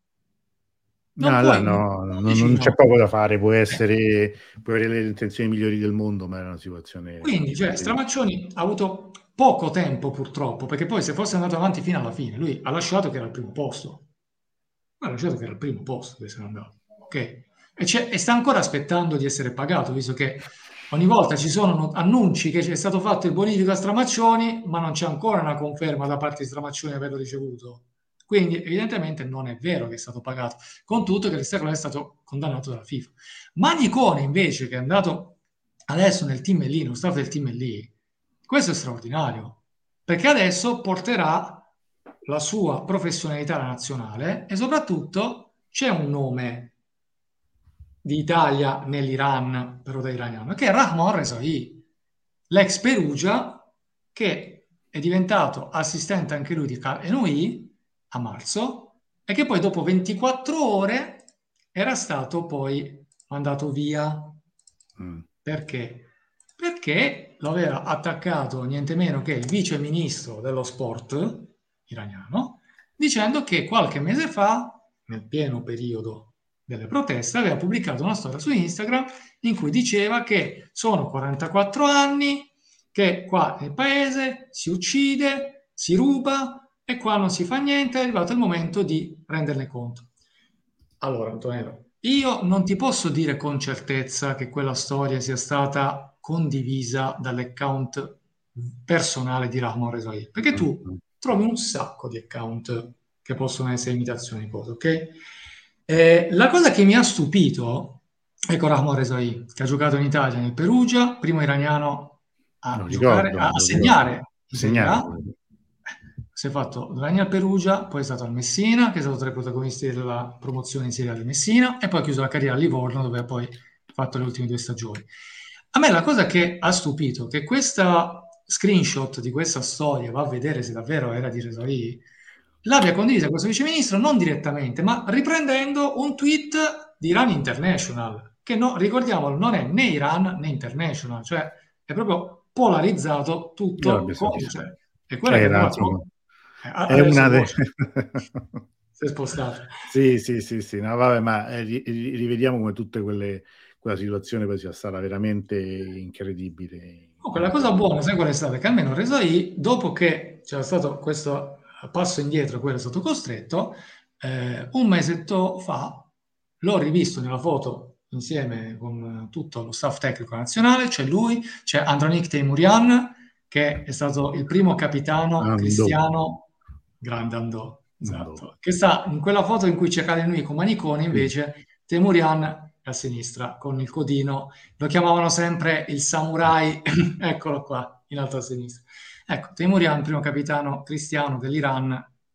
non No, là, puoi, no, non no, dici non c'è no. poco da fare, puoi avere le intenzioni migliori del mondo, ma è una situazione Quindi, cioè, incredibile. Stramaccioni ha avuto poco tempo purtroppo, perché poi se fosse andato avanti fino alla fine, lui ha lasciato che era al primo posto. Ha lasciato che era al primo posto che se n'è andato. Ok? E sta ancora aspettando di essere pagato, visto che ogni volta ci sono annunci che c'è stato fatto il bonifico a Stramaccioni, ma non c'è ancora una conferma da parte di Stramaccioni di averlo ricevuto. Quindi evidentemente non è vero che è stato pagato, con tutto che l'Estecolo è stato condannato dalla FIFA. Manicone invece, che è andato adesso nel team lì, nello staff del team lì, questo è straordinario, perché adesso porterà la sua professionalità alla nazionale e soprattutto c'è un nome di Italia nell'Iran, però da iraniano, che è Rahman Rezaei, l'ex Perugia, che è diventato assistente anche lui di Cal-Enui a marzo e che poi dopo 24 ore era stato poi mandato via. Mm. Perché? Perché lo aveva attaccato niente meno che il vice ministro dello sport iraniano, dicendo che qualche mese fa, nel pieno periodo delle proteste, aveva pubblicato una storia su Instagram in cui diceva che sono 44 anni, che qua nel paese si uccide, si ruba e qua non si fa niente, è arrivato il momento di renderne conto. Allora, Antonello, io non ti posso dire con certezza che quella storia sia stata condivisa dall'account personale di Rahman Rezaei, perché Mm, tu mm. trovi un sacco di account che possono essere imitazioni, cose, ok? La cosa che mi ha stupito, ecco Rahman Rezaei, che ha giocato in Italia nel Perugia, primo iraniano a Lo giocare, ricordo, a lo ricordo. segnare in Serie Segnare. A. Si è fatto 2 anni al Perugia, poi è stato al Messina, che è stato tra i protagonisti della promozione in Serie A di Messina, e poi ha chiuso la carriera a Livorno, dove ha poi fatto le ultime 2 stagioni. A me la cosa che ha stupito, che questa screenshot di questa storia, va a vedere se davvero era di Resori, l'abbia condivisa questo viceministro non direttamente, ma riprendendo un tweet di Iran International, che ricordiamolo, non è né Iran né International, cioè è proprio polarizzato Io tutto l'abbia contro, sentito. cioè, è quella che Era, andava insomma, è adesso una è de... voce, si è spostata. Sì, sì, sì, sì, no, vabbè, ma rivediamo come quella situazione poi sia stata veramente incredibile. Comunque, la cosa buona, sai qual è stata? Che almeno Resai, dopo che c'era stato questo passo indietro a cui era stato costretto, un mesetto fa l'ho rivisto nella foto insieme con tutto lo staff tecnico nazionale, c'è lui, c'è Andronik Teimurian, che è stato il primo capitano Andò, cristiano, grande Andò, andò. esatto, che sta in quella foto in cui c'è Kadenui con Manicone, Sì. invece Teimurian è a sinistra con il codino, lo chiamavano sempre il samurai, eccolo qua, in alto a sinistra. Ecco, Teimurian, primo capitano cristiano dell'Iran,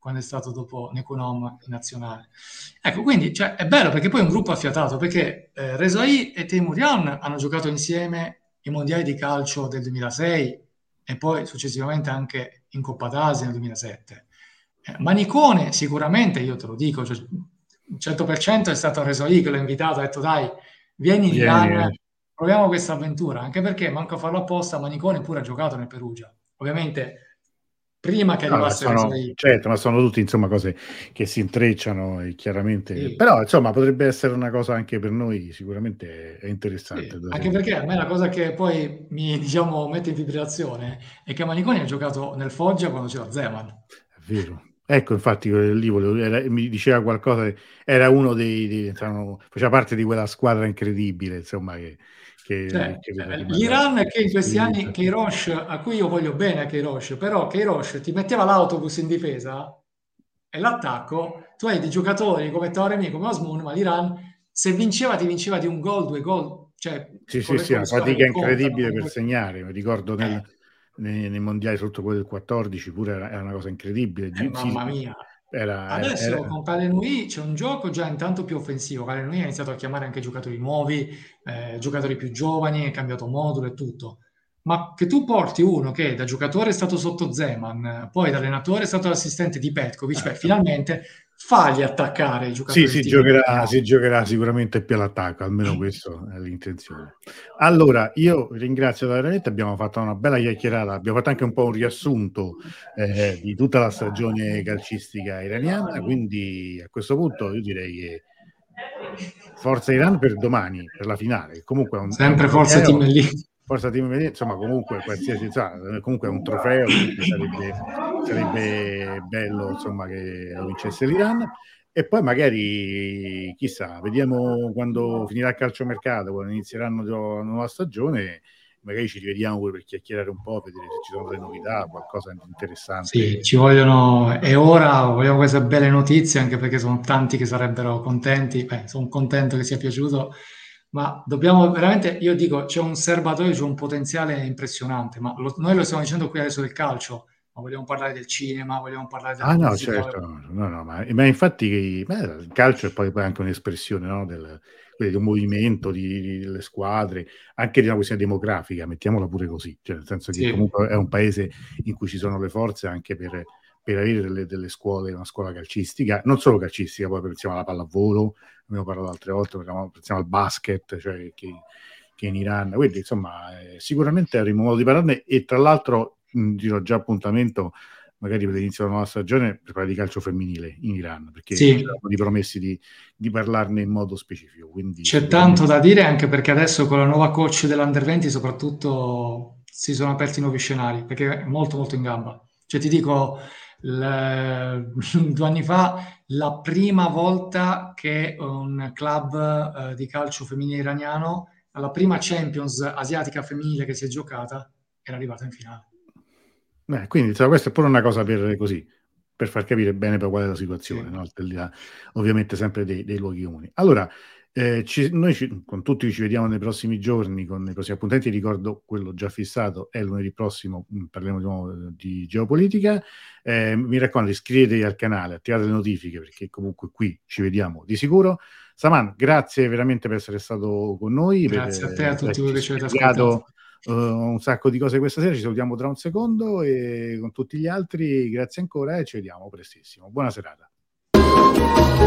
quando è stato dopo Necunom in nazionale. Ecco, quindi cioè, è bello perché poi è un gruppo affiatato, perché Rezaï e Teimourian hanno giocato insieme i mondiali di calcio del 2006 e poi successivamente anche in Coppa d'Asia nel 2007. Manicone sicuramente, io te lo dico, cioè, 100% è stato Rezaï che l'ho invitato, ha detto dai, vieni in Vieni, Iran, proviamo questa avventura, anche perché manco a farlo apposta, Manicone pure ha giocato nel Perugia. Ovviamente prima che no, ma arrivasse sono, Rezaï. certo, ma sono tutti insomma cose che si intrecciano e chiaramente, Sì, però insomma potrebbe essere una cosa anche per noi, sicuramente è interessante sì, da anche seguire. perché a me la cosa che poi mi, diciamo, mette in fibrillazione è che Maniconi ha giocato nel Foggia quando c'era Zeman. È vero. Ecco, infatti, lì mi diceva qualcosa, era uno faceva parte di quella squadra incredibile, insomma, Cioè, che mandava l'Iran che in questi anni, spinta. Queiroz, a cui io voglio bene a Queiroz, però Queiroz ti metteva l'autobus in difesa e l'attacco, tu hai dei giocatori come Toremi, come Osmun, ma l'Iran se vinceva ti vinceva di un gol, due gol, cioè Sì, con sì, le, sì, con le una squadre fatica che contano. incredibile per segnare. Mi ricordo Eh, nei mondiali sotto quello del 14, pure era una cosa incredibile. Sì, mamma mia. Adesso era. con Calenui c'è un gioco già intanto più offensivo. Calenui ha iniziato a chiamare anche giocatori nuovi, giocatori più giovani, è cambiato modulo e tutto. Ma che tu porti uno che da giocatore è stato sotto Zeman, poi da allenatore è stato l'assistente di Petkovic, beh, finalmente fagli attaccare i Sì, giocatori del team si italiano. giocherà sicuramente più all'attacco, almeno questo è l'intenzione. Allora, io ringrazio veramente, abbiamo fatto una bella chiacchierata, abbiamo fatto anche un po' un riassunto di tutta la stagione calcistica iraniana, quindi a questo punto io direi che forza Iran per domani, per la finale, che comunque è un Sempre forza team trofeo, lì. forza Team Medellin, insomma comunque qualsiasi, insomma, comunque è un trofeo, quindi sarebbe bello insomma che lo vincesse l'Iran. E poi magari, chissà, vediamo quando finirà il calciomercato, quando inizieranno la nuova stagione, magari ci rivediamo pure per chiacchierare un po', vedere se ci sono delle novità, qualcosa di Sì, interessante. ci vogliono, e ora vogliamo queste belle notizie anche perché sono tanti che sarebbero contenti. Beh, sono contento che sia piaciuto, ma dobbiamo veramente, io dico, c'è un serbatoio, c'è un potenziale impressionante, ma noi lo stiamo dicendo qui adesso del calcio, ma vogliamo parlare del cinema, vogliamo parlare della Ah no, pubblicità. certo, no, no, ma infatti il calcio è poi anche un'espressione, no, di un movimento delle squadre, anche di una questione demografica, mettiamola pure così, cioè nel senso che Sì, comunque è un paese in cui ci sono le forze anche per avere delle scuole, una scuola calcistica, non solo calcistica, poi pensiamo alla pallavolo, abbiamo parlato altre volte, pensiamo al basket, cioè che in Iran, quindi insomma sicuramente avremo modo di parlarne e tra l'altro dirò già appuntamento magari per l'inizio della nuova stagione per parlare di calcio femminile in Iran, perché ci sì, eravamo ripromessi di parlarne in modo specifico, quindi c'è tanto sicuramente. da dire anche perché adesso con la nuova coach dell'Under 20 soprattutto si sono aperti nuovi scenari, perché è molto molto in gamba. Cioè ti dico, 2 anni fa, la prima volta che un club di calcio femminile iraniano, alla prima Champions asiatica femminile che si è giocata, era arrivata in finale. Quindi insomma, questa è pure una cosa per così, per far capire bene poi qual è la situazione, Sì. no? Al di là, ovviamente sempre dei luoghi comuni. Allora, con tutti ci vediamo nei prossimi giorni, con i prossimi appuntamenti, ricordo quello già fissato, è lunedì prossimo, parleremo di nuovo di geopolitica. Mi raccomando, iscrivetevi al canale, attivate le notifiche, perché comunque qui ci vediamo di sicuro. Saman, grazie veramente per essere stato con noi, per Grazie a te e a tutti voi averci che ci avete ascoltato. spiegato un sacco di cose questa sera. Ci salutiamo tra un secondo e con tutti gli altri grazie ancora e ci vediamo prestissimo. Buona serata.